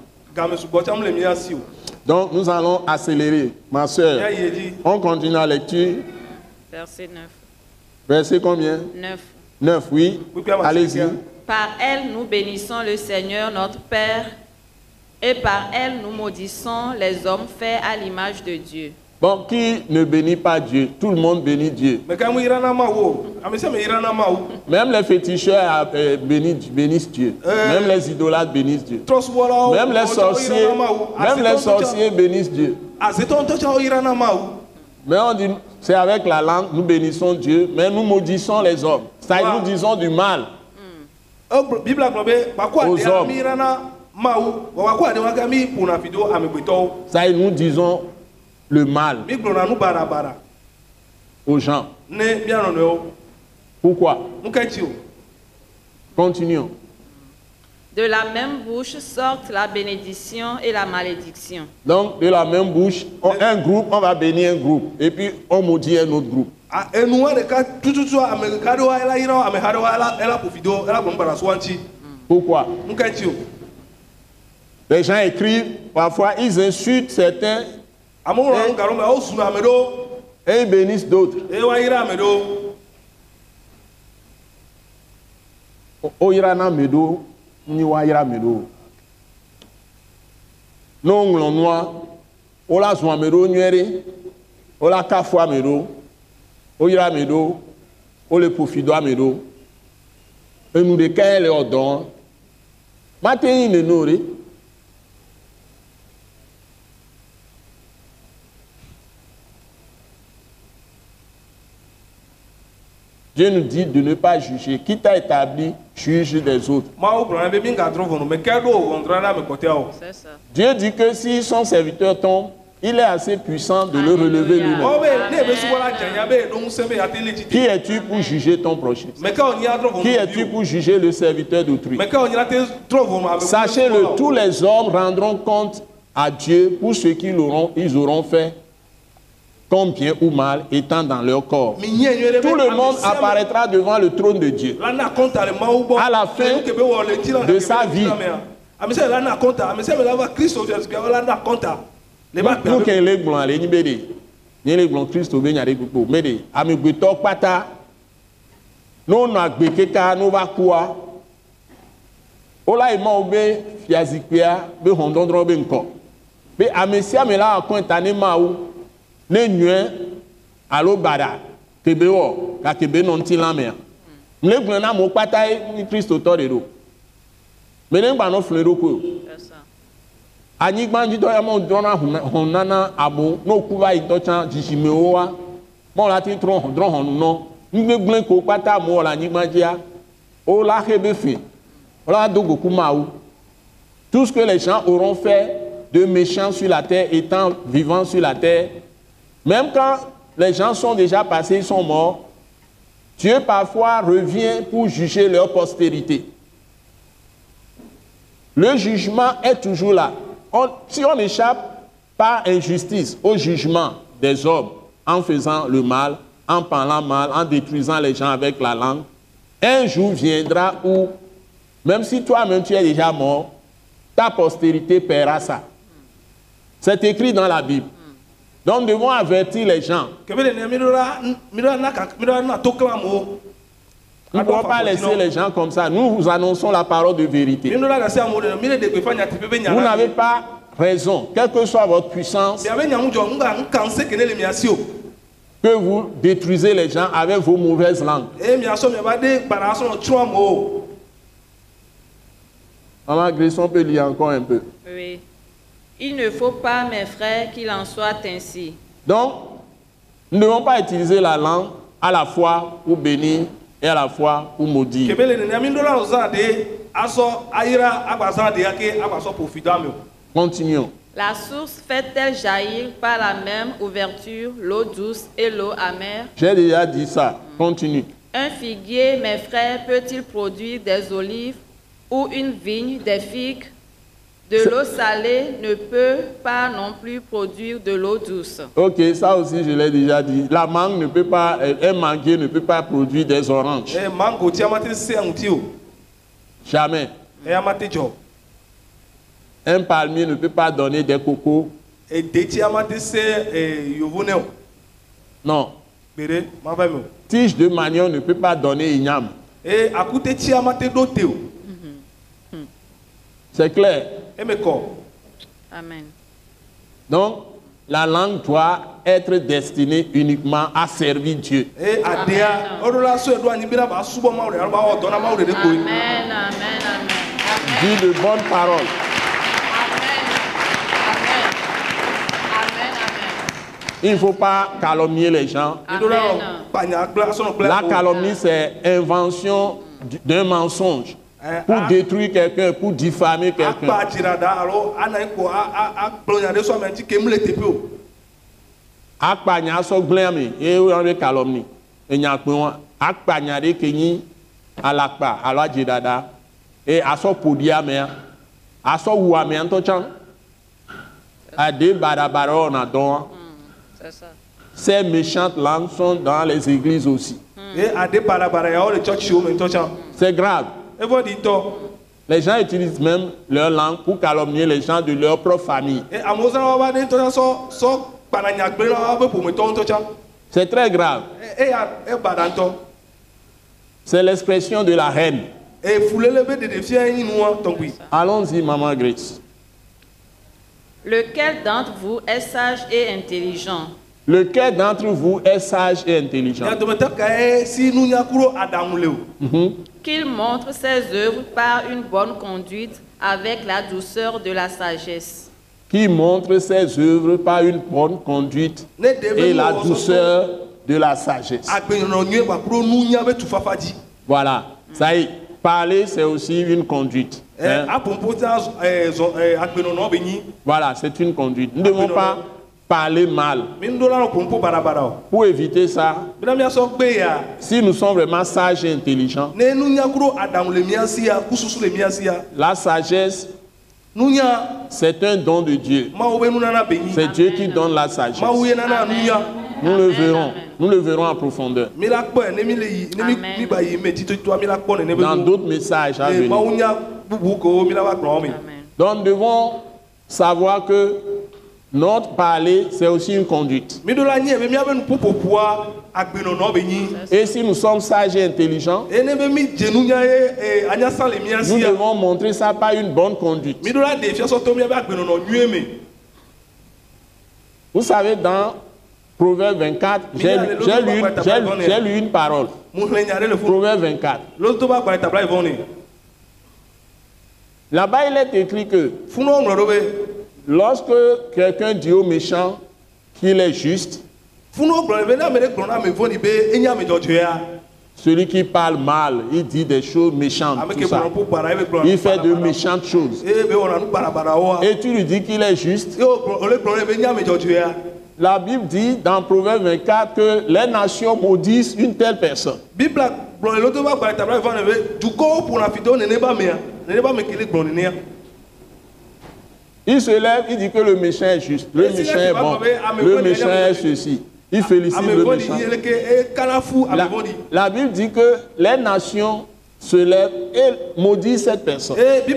Donc nous allons accélérer. Ma soeur, on continue la lecture. Verset 9. Verset combien? 9. 9, oui. Allez-y. Par elle, nous bénissons le Seigneur notre Père, et par elle, nous maudissons les hommes faits à l'image de Dieu. Bon, qui ne bénit pas Dieu? Tout le monde bénit Dieu. Même les féticheurs bénissent Dieu. Même les idolâtres bénissent Dieu. Même les sorciers bénissent Dieu. Mais on dit, c'est avec la langue, nous bénissons Dieu, mais nous maudissons les hommes. C'est-à-dire, nous disons du mal aux hommes. C'est-à-dire, nous disons le mal aux gens. Pourquoi? Continuons. De la même bouche sortent la bénédiction et la malédiction. Donc, de la même bouche, un groupe, on va bénir un groupe. Et puis, on maudit un autre groupe. Pourquoi? Les gens écrivent, parfois, ils insultent certains. Et ils bénissent d'autres. Oyirana medo, ni wayira medo. Non noir, ola zwa medo nyere, ola kafwa medo, oyira medo, ole profido medo. Et nous décaillons les ordons. Matin il nore. Dieu nous dit de ne pas juger. Qui t'a établi, juge des autres. Dieu dit que si son serviteur tombe, il est assez puissant de le relever lui-même. Qui es-tu pour juger ton prochain? Qui es-tu pour juger le serviteur d'autrui? Sachez-le, tous les hommes rendront compte à Dieu pour ce qu'ils auront fait, comme bien ou mal, étant dans leur corps. Tout le monde apparaîtra devant le trône de Dieu à la fin de sa vie. Nous qui les blancs, les nibédés, les blancs Christ au béni à l'égout, mais des amis pata, nous n'a békeka, nous va quoi? Ola ima obe fiazikpia, be hondondro be nko. Be amesia me la akontane maou. Les nuits à l'eau bada, Kebeo, Kakebe non tilamea. Les grenades m'ont pas taillé ni Christ autour de l'eau. Mais les banons fleuros quoi. Anigman dit à mon donna, Honana, Abo, no Kuva et Dochan, Jimeoa, mon latin tron, dron, non. Nous ne blanco pata, moi, l'anigmadia, oh la Hebefi, voilà Dogokumaou. Tout ce que les gens auront fait de méchants sur la terre, étant vivants sur la terre, même quand les gens sont déjà passés, ils sont morts, Dieu parfois revient pour juger leur postérité. Le jugement est toujours là. Si on échappe par injustice au jugement des hommes, en faisant le mal, en parlant mal, en détruisant les gens avec la langue, Un jour viendra où, même si toi-même tu es déjà mort, ta postérité paiera ça. C'est écrit dans la Bible. Donc nous devons avertir les gens. Nous ne pouvons pas laisser les gens comme ça. Nous vous annonçons la parole de vérité. Vous n'avez pas raison, quelle que soit votre puissance, que vous détruisez les gens avec vos mauvaises langues. Maman Grace, on peut lire encore un peu. Oui. Il ne faut pas, mes frères, qu'il en soit ainsi. Donc, nous ne devons pas utiliser la langue à la fois pour bénir et à la fois pour maudire. Continuons. La source fait-elle jaillir par la même ouverture l'eau douce et l'eau amère? J'ai déjà dit ça. Continue. Un figuier, mes frères, peut-il produire des olives ou une vigne des figues? De l'eau salée ne peut pas non plus produire de l'eau douce. Ok, ça aussi je l'ai déjà dit. La mangue ne peut pas, un manguier ne peut pas produire des oranges. Jamais. Un palmier ne peut pas donner des cocos. Non. Tige de manioc ne peut pas donner igname. C'est clair. Amen. Donc, la langue doit être destinée uniquement à servir Dieu. Amen, amen, amen. Dis de bonnes paroles. Il ne faut pas calomnier les gens. La calomnie, c'est invention d'un mensonge pour détruire quelqu'un, pour diffamer quelqu'un. Akpanya so gblemi e o re calomnie enyakpon akpanya de kenyi alakpa alo ajidada e aso podia me aso wu ame anto chan ade barabara na don. C'est ça. Ces méchantes langues sont dans les églises aussi. C'est grave. Les gens utilisent même leur langue pour calomnier les gens de leur propre famille. C'est très grave. C'est l'expression de la haine. Allons-y, Maman Grace. Lequel d'entre vous est sage et intelligent? Lequel d'entre vous est sage et intelligent? Qu'il montre ses œuvres par une bonne conduite avec la douceur de la sagesse. Qui montre ses œuvres par une bonne conduite et la douceur de la sagesse. Voilà, ça y est. Parler, c'est aussi une conduite. Hein? Voilà, c'est une conduite. Nous ne devons pas parler mal. Pour éviter ça, si nous sommes vraiment sages et intelligents, la sagesse, c'est un don de Dieu. C'est Dieu qui donne la sagesse. Nous le verrons. Nous le verrons en profondeur. Dans d'autres messages à venir. Donc nous devons savoir que notre parler, c'est aussi une conduite. Et si nous sommes sages et intelligents, nous devons montrer ça par une bonne conduite. Vous savez, dans Proverbe 24, j'ai lu une parole. Proverbe 24. Là-bas, il est écrit que lorsque quelqu'un dit au méchant qu'il est juste, celui qui parle mal, il dit des choses méchantes, tout ça. Il fait de méchantes choses. Et tu lui dis qu'il est juste. La Bible dit dans Proverbe 24 que les nations maudissent une telle personne. Il se lève, il dit que le méchant est juste, le méchant est bon, le méchant est ceci. Il félicite le méchant. La Bible dit que les nations se lèvent et maudissent cette personne.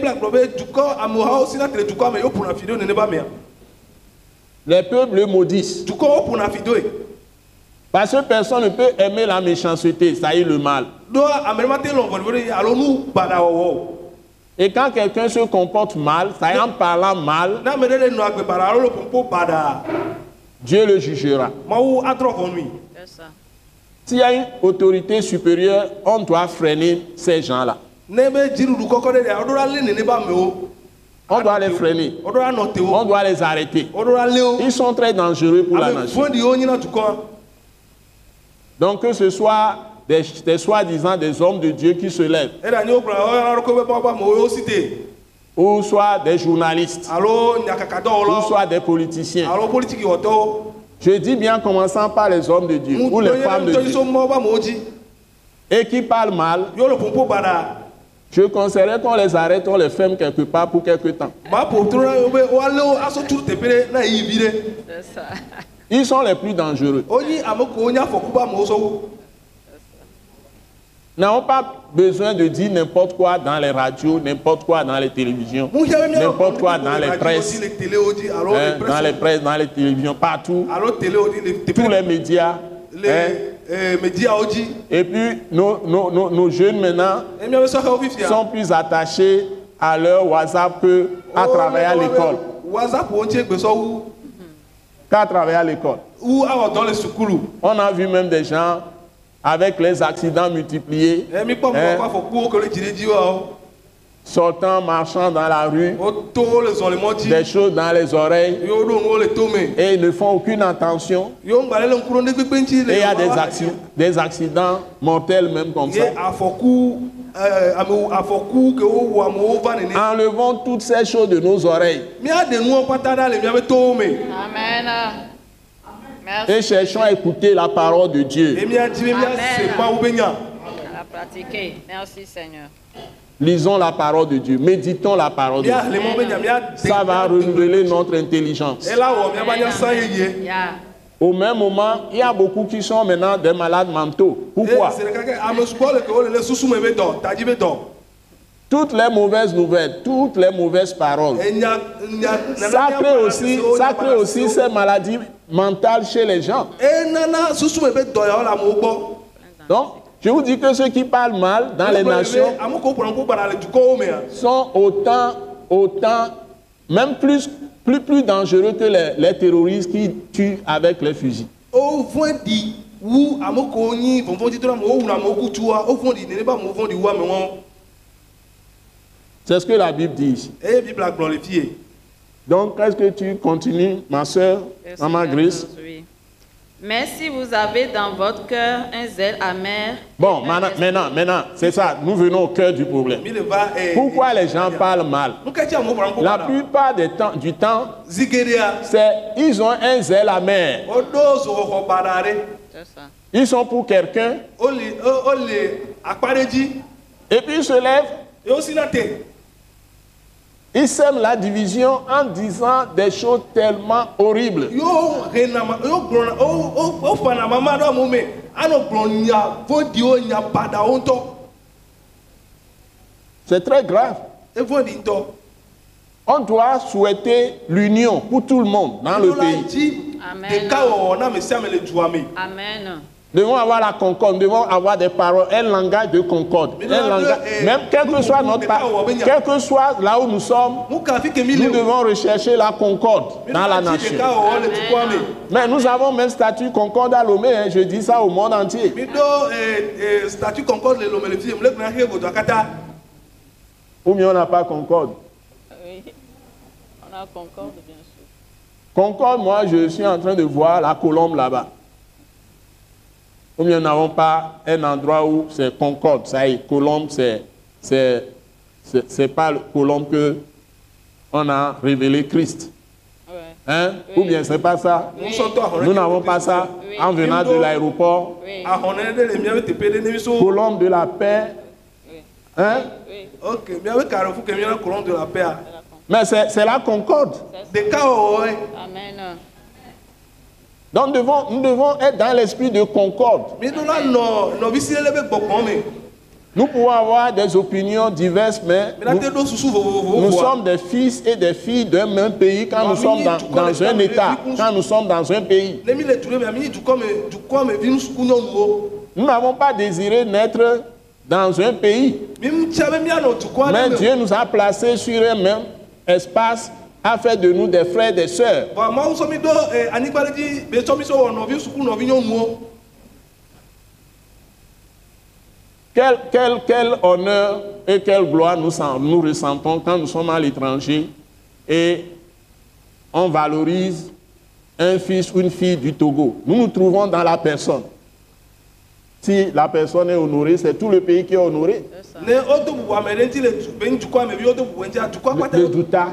Les peuples le maudissent. Parce que personne ne peut aimer la méchanceté, ça y est le mal. Et quand quelqu'un se comporte mal, ça y est en parlant mal, Dieu le jugera. S'il y a une autorité supérieure, on doit freiner ces gens-là. On doit les freiner. On doit les arrêter. Ils sont très dangereux pour la nation. Donc que ce soit des soi-disant des hommes de Dieu qui se lèvent, ou soit des journalistes, ou soit des politiciens. Je dis bien commençant par les hommes de Dieu ou les femmes de Dieu et qui parlent mal. Je conseillerais qu'on les arrête, on les ferme quelque part pour quelque temps. Ils sont les plus dangereux. Nous n'avons pas besoin de dire n'importe quoi dans les radios, n'importe quoi dans les télévisions, n'importe quoi dans les presses, dans les télévisions, partout, tous les médias. Et puis nos jeunes maintenant sont plus attachés à leur WhatsApp qu'à travailler à l'école. Qu'à travailler à l'école. On a vu même des gens avec les accidents multipliés, sortant, marchant dans la rue, des choses dans les oreilles, et ils ne font aucune attention. Et il y a des accidents mortels même comme ça. Enlevons toutes ces choses de nos oreilles. Amen. Merci. Et cherchons à écouter la parole de Dieu. Amen. À la pratiquer. Merci Seigneur. Lisons la parole de Dieu, méditons la parole de Dieu. Ça va renouveler notre intelligence. Au même moment, il y a beaucoup qui sont maintenant des malades mentaux. Pourquoi? Toutes les mauvaises nouvelles, toutes les mauvaises paroles, ça crée aussi ces maladies mentales chez les gens. Donc, je vous dis que ceux qui parlent mal dans les nations sont autant, même plus dangereux que les terroristes qui tuent avec les fusils. C'est ce que la Bible dit ici. Donc, est-ce que tu continues, ma soeur, Maman Grace? Mais si vous avez dans votre cœur un zèle amer... Bon, maintenant, c'est ça, nous venons au cœur du problème. Pourquoi les gens parlent mal? La plupart du temps, ils ont un zèle amer. Ils sont pour quelqu'un. Et puis ils se lèvent. Ils sèment la division en disant des choses tellement horribles. C'est très grave. On doit souhaiter l'union pour tout le monde dans le pays. Amen. Amen. Nous devons avoir la concorde, nous devons avoir des paroles, un langage de concorde. Même quel que soit quel que soit là où nous sommes, nous devons rechercher la concorde dans la nation. Mais nous avons même statut concorde à Lomé, je dis ça au monde entier. Ou bien on n'a pas concorde? Oui, on a concorde bien sûr. Concorde, moi je suis en train de voir la colombe là-bas. Ou bien nous n'avons pas un endroit où c'est concorde, ça y est, colombe, c'est pas le colombe que on a révélé Christ. Ouais. Hein? Oui. Ou bien c'est pas ça? Oui. Nous n'avons pas ça en venant de l'aéroport. Oui. Colombe de la paix. Oui. Hein? Oui. Mais c'est la concorde. Amen. Donc nous devons être dans l'esprit de concorde. Nous pouvons avoir des opinions diverses, mais nous sommes des fils et des filles d'un même pays quand nous sommes dans un État, quand nous sommes dans un pays. Nous n'avons pas désiré naître dans un pays, mais Dieu nous a placés sur un même espace a fait de nous des frères et des sœurs. Quel honneur et quelle gloire nous ressentons quand nous sommes à l'étranger et on valorise un fils ou une fille du Togo. Nous nous trouvons dans la personne. Si la personne est honorée, c'est tout le pays qui est honoré. Les doutas.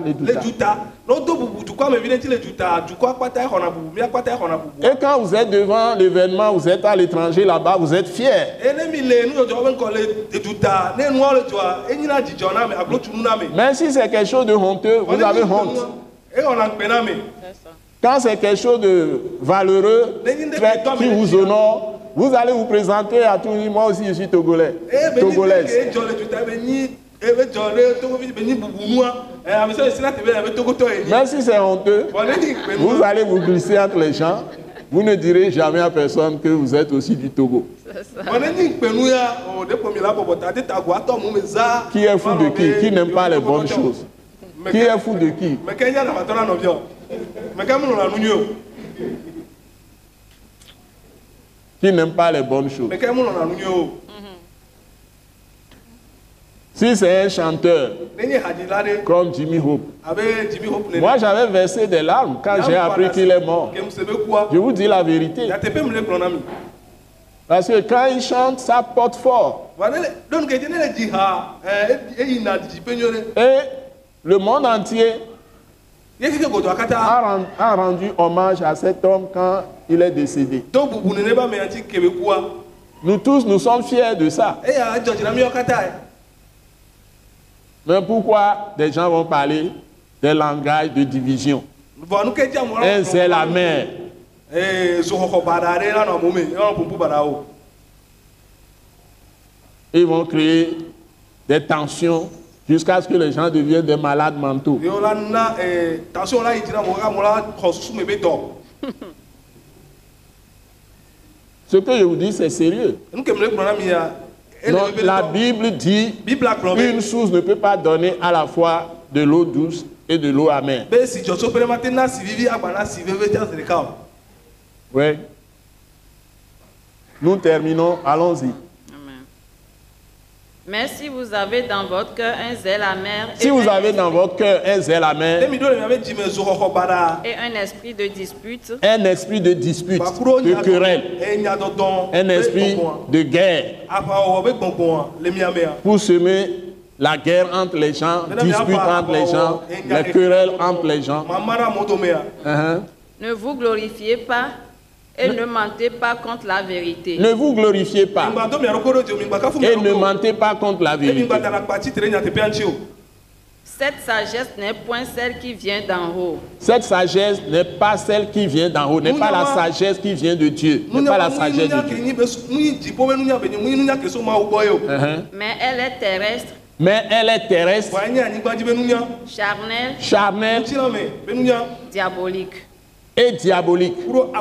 Et quand vous êtes devant l'événement, vous êtes à l'étranger là-bas, vous êtes fiers. Mais si c'est quelque chose de honteux, vous avez honte. Quand c'est quelque chose de valeureux, qui vous honore, vous allez vous présenter à tout le monde. Moi aussi, je suis togolais. Togolaise. Mais si c'est honteux, vous allez vous glisser entre les gens. Vous ne direz jamais à personne que vous êtes aussi du Togo. Qui est fou de qui? Qui n'aime pas les bonnes choses? Qui est fou de qui? Qui n'aime pas les bonnes choses. Si c'est un chanteur comme Jimmy Hope, moi j'avais versé des larmes quand j'ai appris qu'il est mort. Je vous dis la vérité. Parce que quand il chante, ça porte fort. Et le monde entier a rendu hommage à cet homme quand il est décédé. Nous tous, nous sommes fiers de ça. Mais pourquoi des gens vont parler des langages de division? Un c'est la mère. Ils vont créer des tensions jusqu'à ce que les gens deviennent des malades mentaux. Ce que je vous dis, c'est sérieux. Donc, la Bible dit qu'une source ne peut pas donner à la fois de l'eau douce et de l'eau amère. Oui. Nous terminons, allons-y. Mais si vous avez dans votre cœur un zèle amer, si vous avez dans votre cœur un zèle amer et un esprit de dispute, de querelle, un esprit de guerre, pour semer la guerre entre les gens, dispute entre les gens, la querelle entre les gens. Ne vous glorifiez pas et ne mentez pas contre la vérité. Ne vous glorifiez pas et ne mentez pas contre la vérité. Cette sagesse n'est point celle qui vient d'en haut. Cette sagesse n'est pas celle qui vient d'en haut, n'est pas la sagesse qui vient de Dieu. N'est pas la sagesse de Dieu. Mais elle est terrestre. Mais elle est terrestre, charnelle, diabolique. Et diabolique.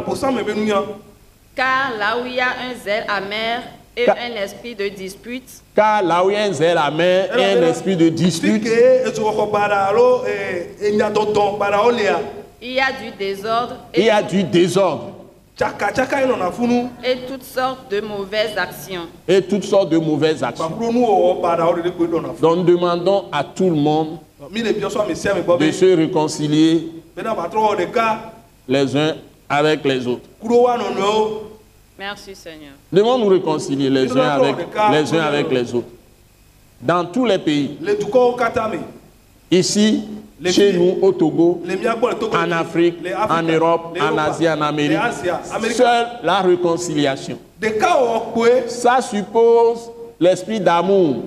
Car là où il y a un zèle amer et un esprit de dispute, car là où il y a un zèle amer et un esprit de dispute, il y a du désordre. Et toutes sortes de mauvaises actions. Donc nous demandons à tout le monde de se réconcilier les uns avec les autres. Merci Seigneur. Devons nous réconcilier les uns avec les autres. Dans tous les pays. Ici, chez nous, au Togo, en Afrique, en Europe, en Asie, en Amérique. Seule la réconciliation. Ça suppose l'esprit d'amour.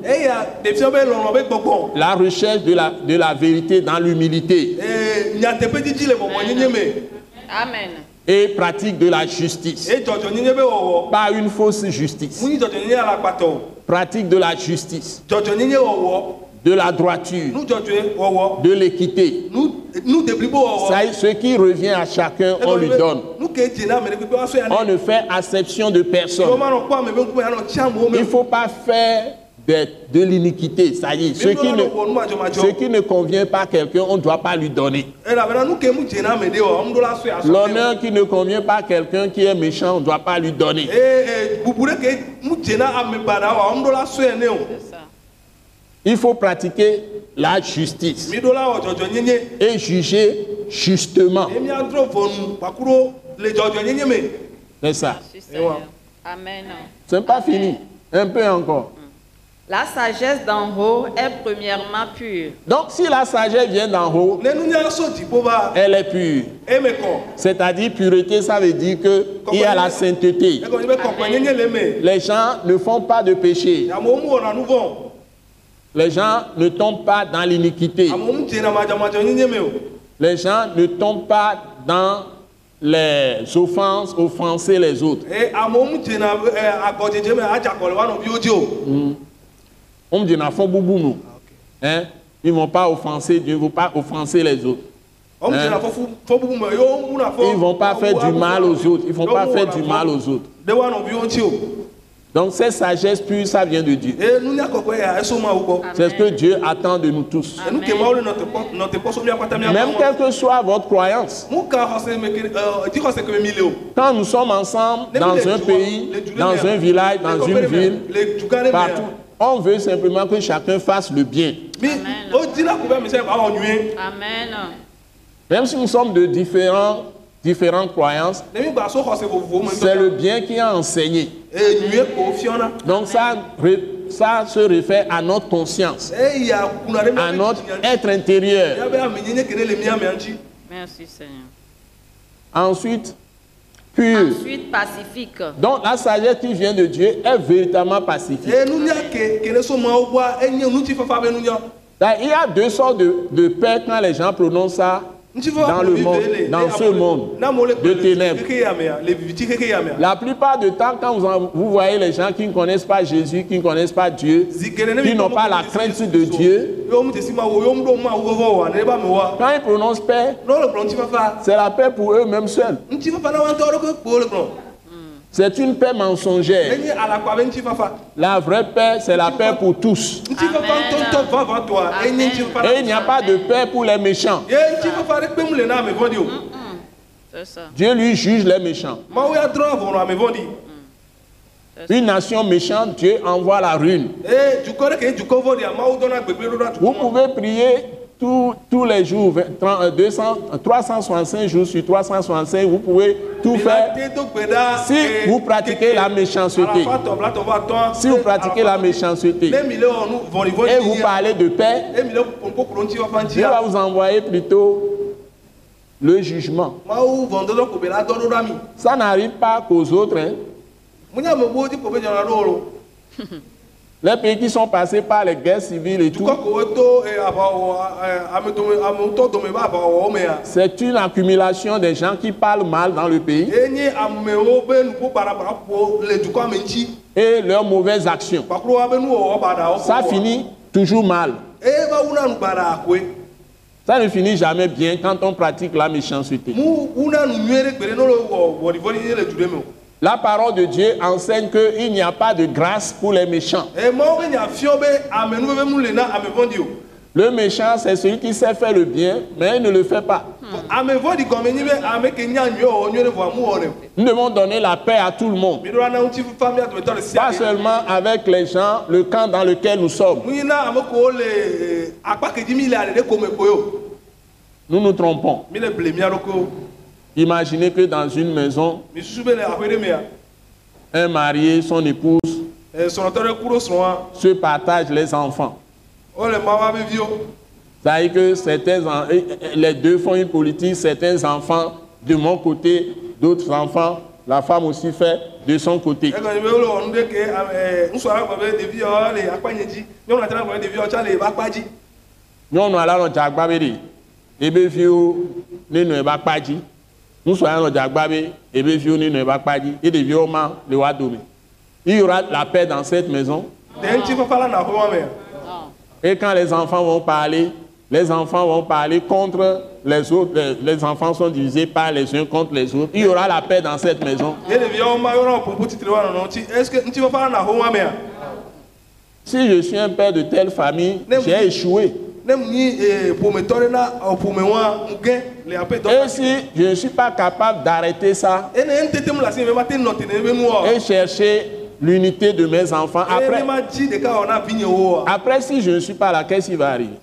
La recherche de la vérité dans l'humilité. Amen. et pratique de la justice. e dzɔdzɔ nyenye be wɔwɔ Pas une fausse justice. mu nyi dzɔdzɔ nyenye ala kpatɔ o Pratique de la justice, dzɔdzɔ nyenye wɔwɔ de la droiture, nu dzɔdzɔe wɔwɔ de l'équité. nu deblibo wɔwɔ Ça, ce qui revient à chacun, on lui donne. nu ke dzena ame ɖe kpekpe wa sɔ On yanni ne fait acception de personne. wɔma nɔ kpɔ ame be ŋkume yanɔ tsi amewo me Il ne faut pas faire de l'iniquité. Ça y est, ce qui ne convient pas à quelqu'un, on ne doit pas lui donner. elabena nu ke mu dzena ame ɖe o ŋu ɖo la sɔ asɔ L'honneur qui ne convient pas à quelqu'un qui est méchant, on ne doit pas lui donner. bubu ɖe ke mu dzena ame baɖa o ŋu ɖo la sɔ ene o C'est ça. Il faut pratiquer la justice mi ɖo la wɔ dzɔdzɔ nyenye et juger justement. eye miadrɔ ʋɔnu kpakuɖo le dzɔdzɔ nyenye me C'est ça. Merci Seigneur. Amen. Ce n'est pas fini. Un peu encore. La sagesse d'en haut est premièrement pure. Donc, si la sagesse vient d'en haut, ne nunya sɔ dziƒo va elle est pure. eme kɔ C'est-à-dire, pureté, ça veut dire qu'il y a la sainteté. egɔnyi be kɔkɔe nyenye le me Les gens ne font pas de péché. amewo mu wɔna nu vɔ Les gens ne tombent pas dans l'iniquité. amewo mu dzena madzɔmadzɔ nyenye me o Les gens ne tombent pas dans les offenses, offenser les autres. eye amewo mu dzena agɔdzedze me adzakɔ le wa nɔviwo dzi o On me dit, na font boubou nous. Hein? Ils ne vont pas offenser Dieu, ils ne vont pas offenser les autres. wɔn mu dzena fɔ bubu me yewo mu na fɔ Ils ne vont pas faire du mal aux autres. Ils ne vont pas faire du mal aux autres. de wa nɔviwo ŋuti o Donc cette sagesse pure, ça vient de Dieu. eye nunya kɔkɔe ya eso ma wo gbɔ C'est ce que Dieu attend de nous tous. enu ke mawo le nɔte kpɔsɔ miakpata Même miakpɔ quelle que soit votre croyance. mu ka xɔse me ke dzixɔse ke mi le o Quand nous sommes ensemble dans un pays, dans un village, dans une ville, le du gã ɖe partout, mea on veut simplement que chacun fasse le bien. mi o dzina ko be mi sɛ ba wɔ nyuie Amen. Même si nous sommes de différentes croyances, ne mi gba so xɔse vovovowo me c'est le bien qui a enseigné. eye nyuie ko fiɔna Donc ça se réfère à notre conscience, eya kuna ɖe à mi notre être intérieur. ya be ame nyenye ke ɖe le mia mea ŋuti Merci Seigneur. Ensuite, pur. Ensuite, pacifique. Donc la sagesse qui vient de Dieu est véritablement pacifique. eye nunya ke ne so mawo gbɔa enye ŋutifafa be nunya Il y a deux sortes de paix quand les gens prononcent ça dans le monde, dans ce monde de ténèbres. keke ya mea le viviti keke ya mea La plupart du temps, quand vous voyez les gens qui ne connaissent pas Jésus, qui ne connaissent pas Dieu, qui n'ont pas la crainte de Dieu, yo mu tesi ma wo yo mu ɖo ma wo vɔ wa ne ba me wa quand ils prononcent paix, n'o le gblɔ ŋutifafa c'est la paix pour eux-mêmes seuls. ŋutifafa na wa ŋutɔ ɖo ke kpo le gblɔ C'est une paix mensongère. enye alakpa be ŋutifafa La vraie paix, c'est la paix pour tous. ŋutifafa ŋutɔŋutɔ vavã tɔa enye ŋutifafa Et il n'y a pas de paix pour les méchants. ye ŋutifafa ɖe kpe mu le na ame vɔ̃ɖi o C'est ça. Dieu lui juge les méchants. mawu ya drɔ̃ avɔ nɔ ame vɔ̃ɖi Une nation méchante, Dieu envoie la ruine. eye dukɔ ɖe ke dukɔ vɔ̃ɖia mawu dɔna gbegblẽ ɖo ɖa Vous dukɔ pouvez prier tous les jours, 365 jours sur 365, vous pouvez tout faire. te do gbe ɖa Si vous pratiquez la méchanceté, alafatɔ blatɔ va tɔn si vous pratiquez la méchanceté ne mi le wɔ nu vɔ̃ɖi et vous vɔ̃ɖi parlez de paix, e mi le ƒoƒo ŋutifafa Dieu va ŋutia vous envoyer plutôt le jugement. mawu vɔ̃dɔdɔ ko be la dɔ ɖo ɖa mi Ça n'arrive pas qu'aux autres. Hein. mu nya ame buwo dzi ko be dzɔna ɖo o Les pays qui sont passés par les guerres civiles et tout, dukɔ ko woto aʋawɔwɔ ametɔ dome va aʋawɔwɔ mea c'est une accumulation des gens qui parlent mal dans le pays enye amewo be nuƒo baɖabaɖa ƒo le dukɔa me ŋuti et leurs mauvaises actions. kpakpro woabe nuwɔwɔ baɖawo Ça finit toujours mal. eye va wuna nu baɖa koe Ça ne finit jamais bien quand on pratique la méchanceté. mu wuna nu nyuie ɖe gbe ɖe ne le wɔ vɔɖivɔɖi ye le du ɖe me o La parole de Dieu enseigne qu'il n'y a pas de grâce pour les méchants. eye mawo be nya fiɔ be ame nuveve mu le na ame vɔ̃ɖi o Le méchant, c'est celui qui sait faire le bien, mais il ne le fait pas. ame vɔ̃ɖi gɔme nyi be ame ke nya nyuie wɔ nyuie ɖe vɔa mu wɔ ɖe o Nous devons donner la paix à tout le monde. mi ɖo ana ŋutifafa mia dometɔ le sia Pas seulement avec les gens, le camp dans lequel nous sommes. nu yi na ame kowo le akpa kedzi mi le aɖe ko me koe o Nous nous trompons. mi le ble mia ɖokuiwo Imaginez que dans une maison, mi susu be le aƒe ɖe mea un marié, son épouse, srɔ̃tɔ ɖe ku ɖo srɔ̃a se partagent les enfants. wole mawa be viwo Ça veut dire que les deux font une politique, certains enfants de mon côté, d'autres enfants, la femme aussi fait de son côté. egɔnyi be wole wɔ nu ɖe ke ŋusɔla gblɔ be ɖeviawo le akpanye dzi nyɔnu la tena gblɔ be ɖeviawo tsa le ebe akpa dzi Nyɔnu ala nɔ dzagba be ɖe ebe viwo ne nɔ ebe akpa dzi. nous soyons dans Djagbabe, et bien, vieux ne va pas dire, et des vieux hommes, les Wadoumi. Il y aura la paix dans cette maison. Et quand les enfants vont parler contre les autres, les enfants sont divisés par les uns contre les autres. Il y aura la paix dans cette maison. Si je suis un père de telle famille, j'ai échoué. Et si je ne suis pas capable d'arrêter ça et chercher l'unité de mes enfants, après si je ne suis pas là, qu'est-ce qui va arriver?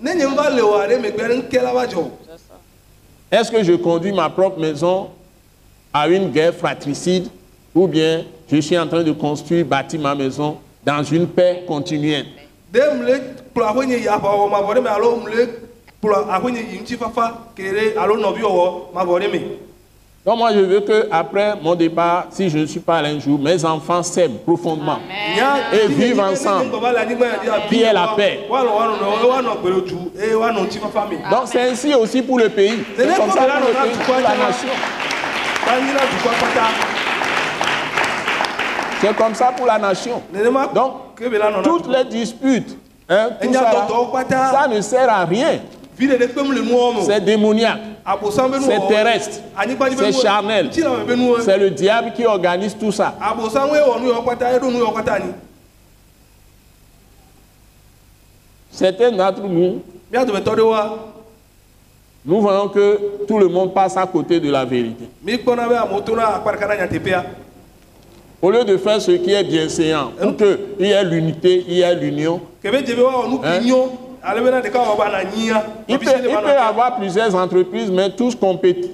Est-ce que je conduis ma propre maison à une guerre fratricide ou bien je suis en train de construire, bâtir ma maison dans une paix continuelle? Donc moi je veux qu'après mon départ, si je ne suis pas là un jour, mes enfants s'aiment profondément. Amen. Et vivent ensemble. Puis est la paix. Donc c'est ainsi aussi pour le pays. C'est comme ça pour le pays, pour la nation. C'est comme ça pour la nation. Donc toutes les disputes, hein, tout ça, ça ne sert à rien. C'est démoniaque, c'est terrestre, c'est charnel, c'est le diable qui organise tout ça. Certains d'entre nous, nous voyons que tout le monde passe à côté de la vérité. Au lieu de faire ce qui est bienséant, pour qu'il y ait l'unité, il y ait l'union. Il peut y avoir plusieurs entreprises, mais tous compétitifs.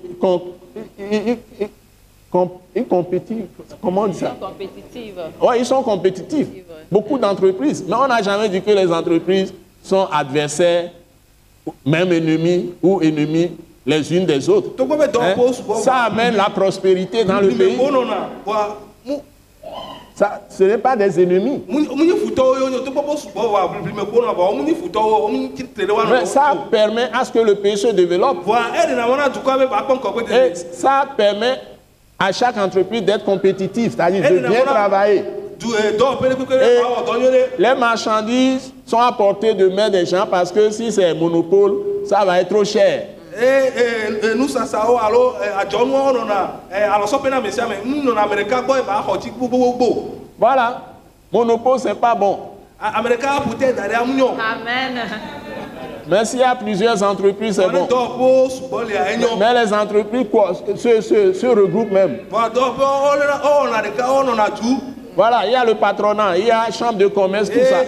Comment on dit ça? Oui, ils sont compétitifs. Beaucoup d'entreprises. Mais on n'a jamais dit que les entreprises sont adversaires, même ennemis ou ennemis les unes des autres. Hein? Ça amène la prospérité dans le pays. Ça, ce n'est pas des ennemis. Mais ça permet à ce que le pays se développe. Et ça permet à chaque entreprise d'être compétitive, c'est-à-dire de bien travailler. Et les marchandises sont à portée de main des gens parce que si c'est un monopole, ça va être trop cher. Voilà, monopole c'est pas bon. Amen. Mais s'il y a plusieurs entreprises, c'est bon. Mais les entreprises se regroupent même. Voilà, il y a le patronat, il y a chambre de commerce, tout ça.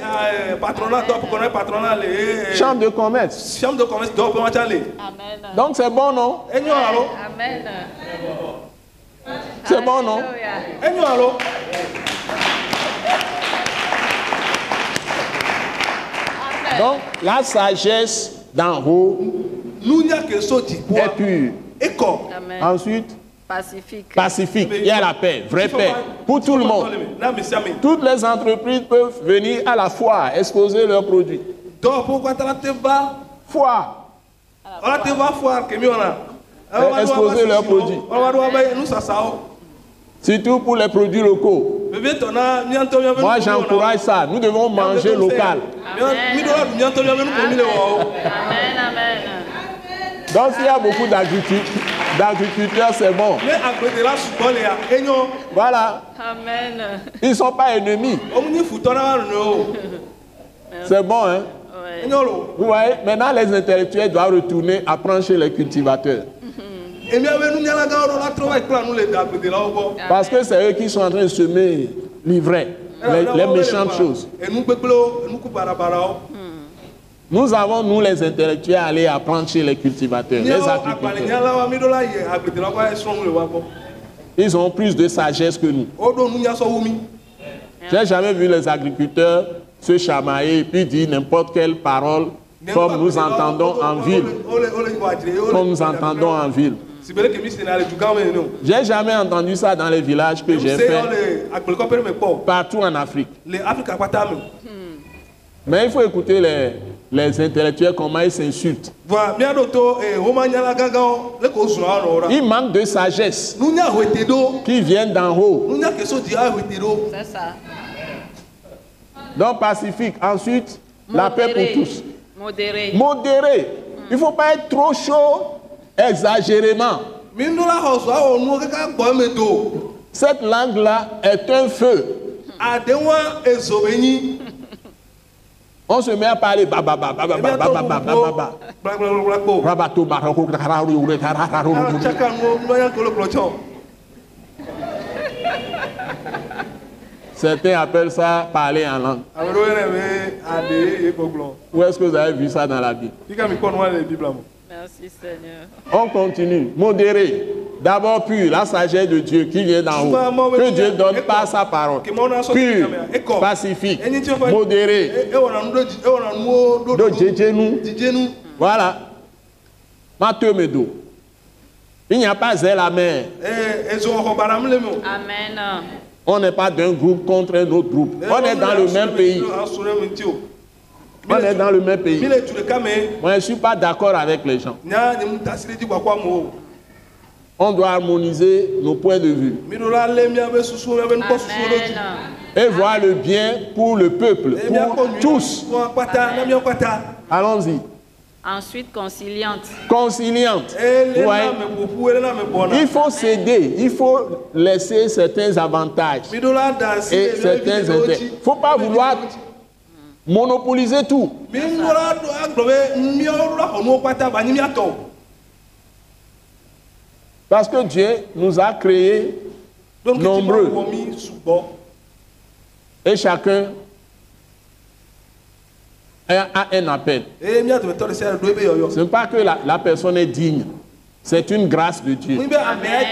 Chambre de commerce. Amen. Donc c'est bon, non? Amen. C'est bon, non? Donc la sagesse d'en haut est pure. Amen. Ensuite, pacifique. Il y a la paix, vraie paix, pour tout le monde. Toutes les entreprises peuvent venir à la foire, exposer leurs produits. Foire. Exposer leurs produits. Surtout pour les produits locaux. Moi j'encourage ça. Nous devons manger local. Amen. Donc s'il y a beaucoup d'agriculteurs, c'est bon. Voilà. Amen. Ils ne sont pas ennemis. C'est bon, hein? Ouais. Vous voyez, maintenant les intellectuels doivent retourner apprendre chez les cultivateurs. Parce que c'est eux qui sont en train de semer l'ivraie, les méchantes choses. Nous avons, nous les intellectuels, aller apprendre chez les cultivateurs, les agriculteurs. Ils ont plus de sagesse que nous. Je n'ai jamais vu les agriculteurs se chamailler et puis dire n'importe quelle parole comme nous entendons en ville. Comme nous entendons en ville. J'ai jamais entendu ça dans les villages que j'ai fait partout en Afrique. Mais il faut écouter les intellectuels, comment ils s'insultent. Voilà, bien d'autres, Romagna Gagao, le Kosuara. Ils manquent de sagesse Nous n'avons été d'eau. qui viennent d'en haut. Nous n'avons que ça d'IA été d'eau. C'est ça. Donc pacifique. Ensuite, la paix pour tous. Modéré. Modéré. Il ne faut pas être trop chaud exagérément. Cette langue-là est un feu. On se met à parler. Certains appellent ça parler en langue. Où est-ce que vous avez vu ça dans la Bible? Merci Seigneur. On continue. Modéré. D'abord pur, la sagesse de Dieu qui vient d'en haut. Que Dieu donne par sa parole. Pur, pacifique, modéré. Voilà. Matthieu Medo. Il n'y a pas zèle la mer. Amen. On n'est pas d'un groupe contre un autre groupe. On est dans le même pays. On est dans le même pays. Moi, je ne suis pas d'accord avec les gens. On doit harmoniser nos points de vue. Et voir le bien pour le peuple, pour tous. Allons-y. Ensuite, conciliante. Conciliante. Ouais. Il faut céder, il faut laisser certains avantages et certains intérêts. Il ne faut pas vouloir monopoliser tout. Parce que Dieu nous a créés nombreux. Et chacun a un appel. Ce n'est pas que la personne est digne. C'est une grâce de Dieu. Amen,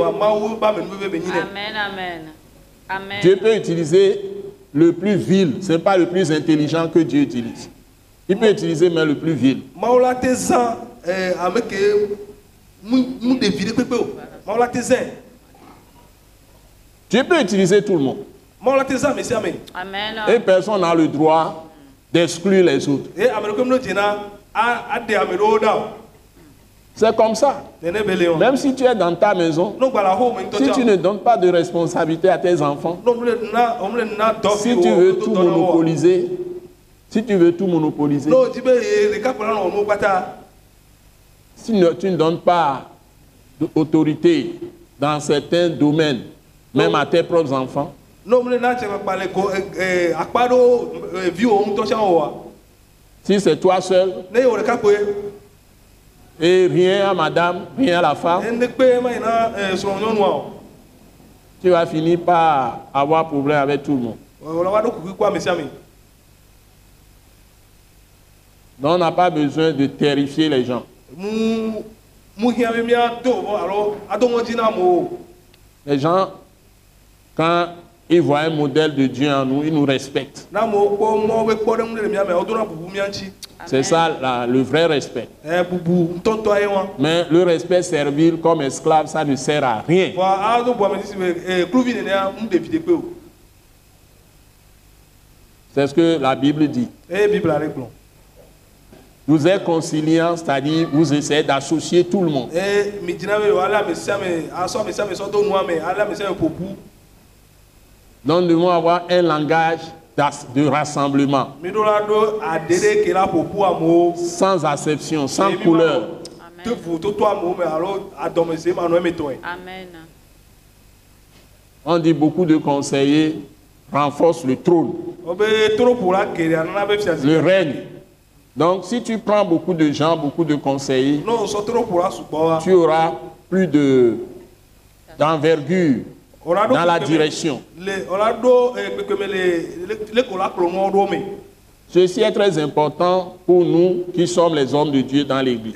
amen. Amen. Dieu peut utiliser le plus vil. Ce n'est pas le plus intelligent que Dieu utilise. Il peut utiliser même le plus vil. Dieu peut utiliser tout le monde. Amen. Et personne n'a le droit d'exclure les autres. C'est comme ça. Même si tu es dans ta maison, si tu ne donnes pas de responsabilité à tes enfants, si tu veux tout monopoliser, si tu ne donnes pas d'autorité dans certains domaines, même à tes propres enfants, si c'est toi seul, et rien à madame, rien à la femme, tu vas finir par avoir problème avec tout le monde. Donc on n'a pas besoin de terrifier les gens. Les gens, quand ils voient un modèle de Dieu en nous, ils nous respectent. C'est ça le vrai respect. Mais le respect servile comme esclave, ça ne sert à rien. C'est ce que la Bible dit. Vous êtes conciliant, c'est-à-dire vous essayez d'associer tout le monde. Donc nous devons avoir un langage de rassemblement, sans acception, sans couleur. Amen. On dit beaucoup de conseillers renforcent le trône, le règne. Donc si tu prends beaucoup de gens, beaucoup de conseillers, tu auras plus d'envergure dans la direction. Ceci est très important pour nous qui sommes les hommes de Dieu dans l'église.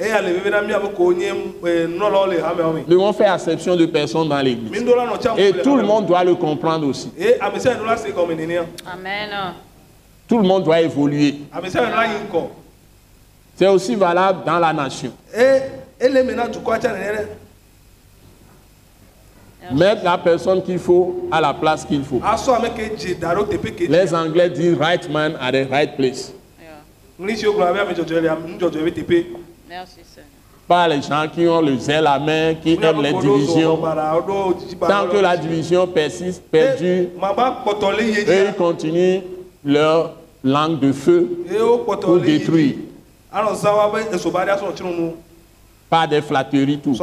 Nous devons faire exception de personnes dans l'église. Et tout le monde doit le comprendre aussi. Amen. Tout le monde doit évoluer. C'est aussi valable dans la nation. Mettre la personne qu'il faut à la place qu'il faut. Les Anglais disent right man at the right place. Merci, Seigneur. Pas les gens qui ont le zèle à main, qui aiment les divisions. Tant que la division persiste, perdure, eux ils continuent leur langue de feu pour détruire. Pas des flatteries, tout.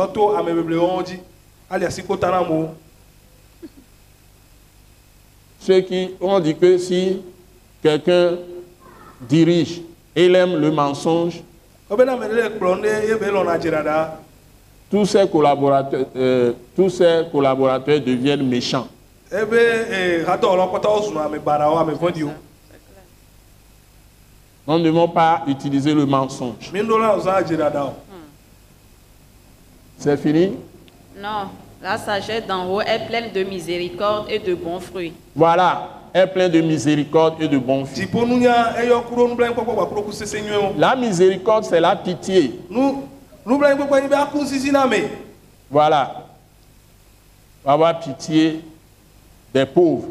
Ceux qui ont dit que si quelqu'un dirige et il aime le mensonge, tous ses collaborateurs deviennent méchants. Nous ne devons pas utiliser le mensonge. C'est fini? Non, la sagesse d'en haut est pleine de miséricorde et de bons fruits. Voilà, est plein de miséricorde et de bons fruits. La miséricorde, c'est la pitié. Voilà. Avoir pitié des pauvres.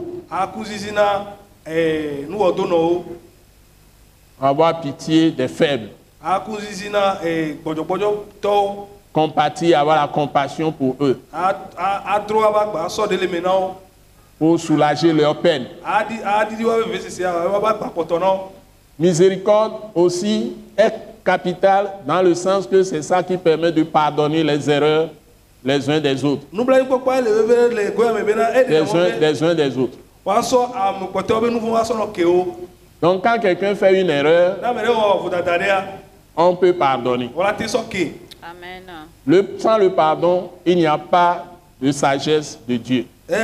Avoir pitié des faibles. Compatir, avoir la compassion pour eux. Pour soulager leur peine. Miséricorde aussi est capitale dans le sens que c'est ça qui permet de pardonner les erreurs les uns des autres. Des uns des autres. Donc quand quelqu'un fait une erreur, on peut pardonner. Amen. Sans le pardon, il n'y a pas de sagesse de Dieu.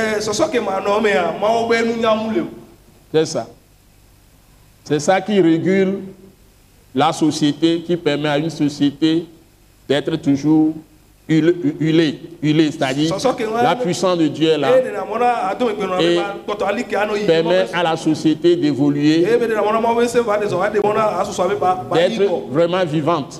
C'est ça. C'est ça qui régule la société, qui permet à une société d'être toujours huilée, c'est-à-dire la puissance de Dieu est là et permet à la société d'évoluer, d'être vraiment vivante.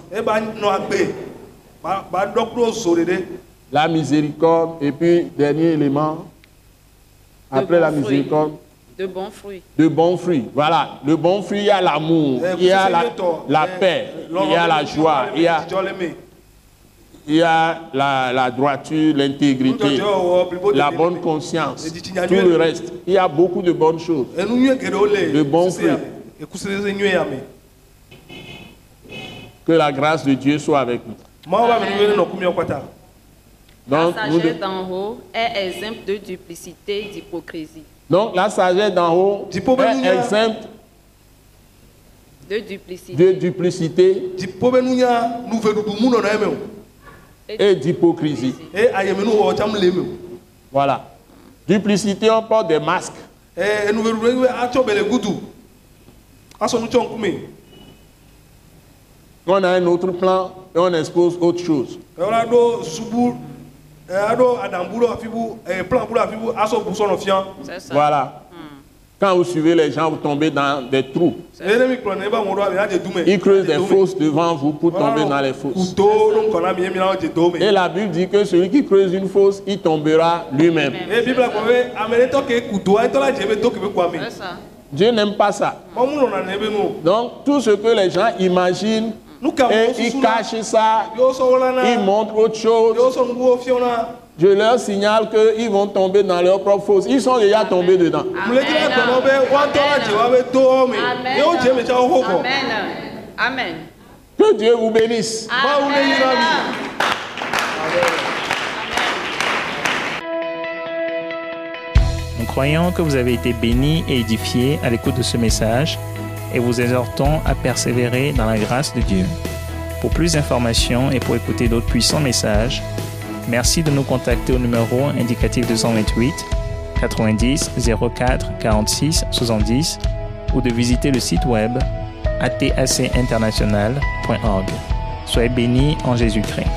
La miséricorde, et puis dernier élément, après la miséricorde, de bons fruits. De bons fruits, voilà. Le bon fruit, il y a l'amour, il y a la paix, il y a la joie, il y a la droiture, l'intégrité, la bonne conscience, tout le reste. Il y a beaucoup de bonnes choses, de bons fruits. Que la grâce de Dieu soit avec nous. Donc, la sagesse d'en haut est exempte de duplicité, d'hypocrisie. Donc la sagesse d'en haut est exempte de duplicité, et d'hypocrisie. Voilà. Duplicité, on porte des masques. On a un autre plan et on expose autre chose. Voilà. Quand vous suivez les gens, vous tombez dans des trous. Ils creusent des fosses devant vous pour tomber dans les fosses. Et la Bible dit que celui qui creuse une fosse, il tombera lui-même. Dieu n'aime pas ça. Donc tout ce que les gens imaginent, et ils cachent ça, ils montrent autre chose. Je leur signale qu'ils vont tomber dans leur propre fosse. Ils sont déjà tombés dedans. Amen. Que Dieu vous bénisse. Nous croyons que vous avez été bénis et édifiés à l'écoute de ce message et vous exhortons à persévérer dans la grâce de Dieu. Pour plus d'informations et pour écouter d'autres puissants messages, merci de nous contacter au numéro indicatif 228 90 04 46 70 ou de visiter le site web atacinternational.org. Soyez bénis en Jésus-Christ.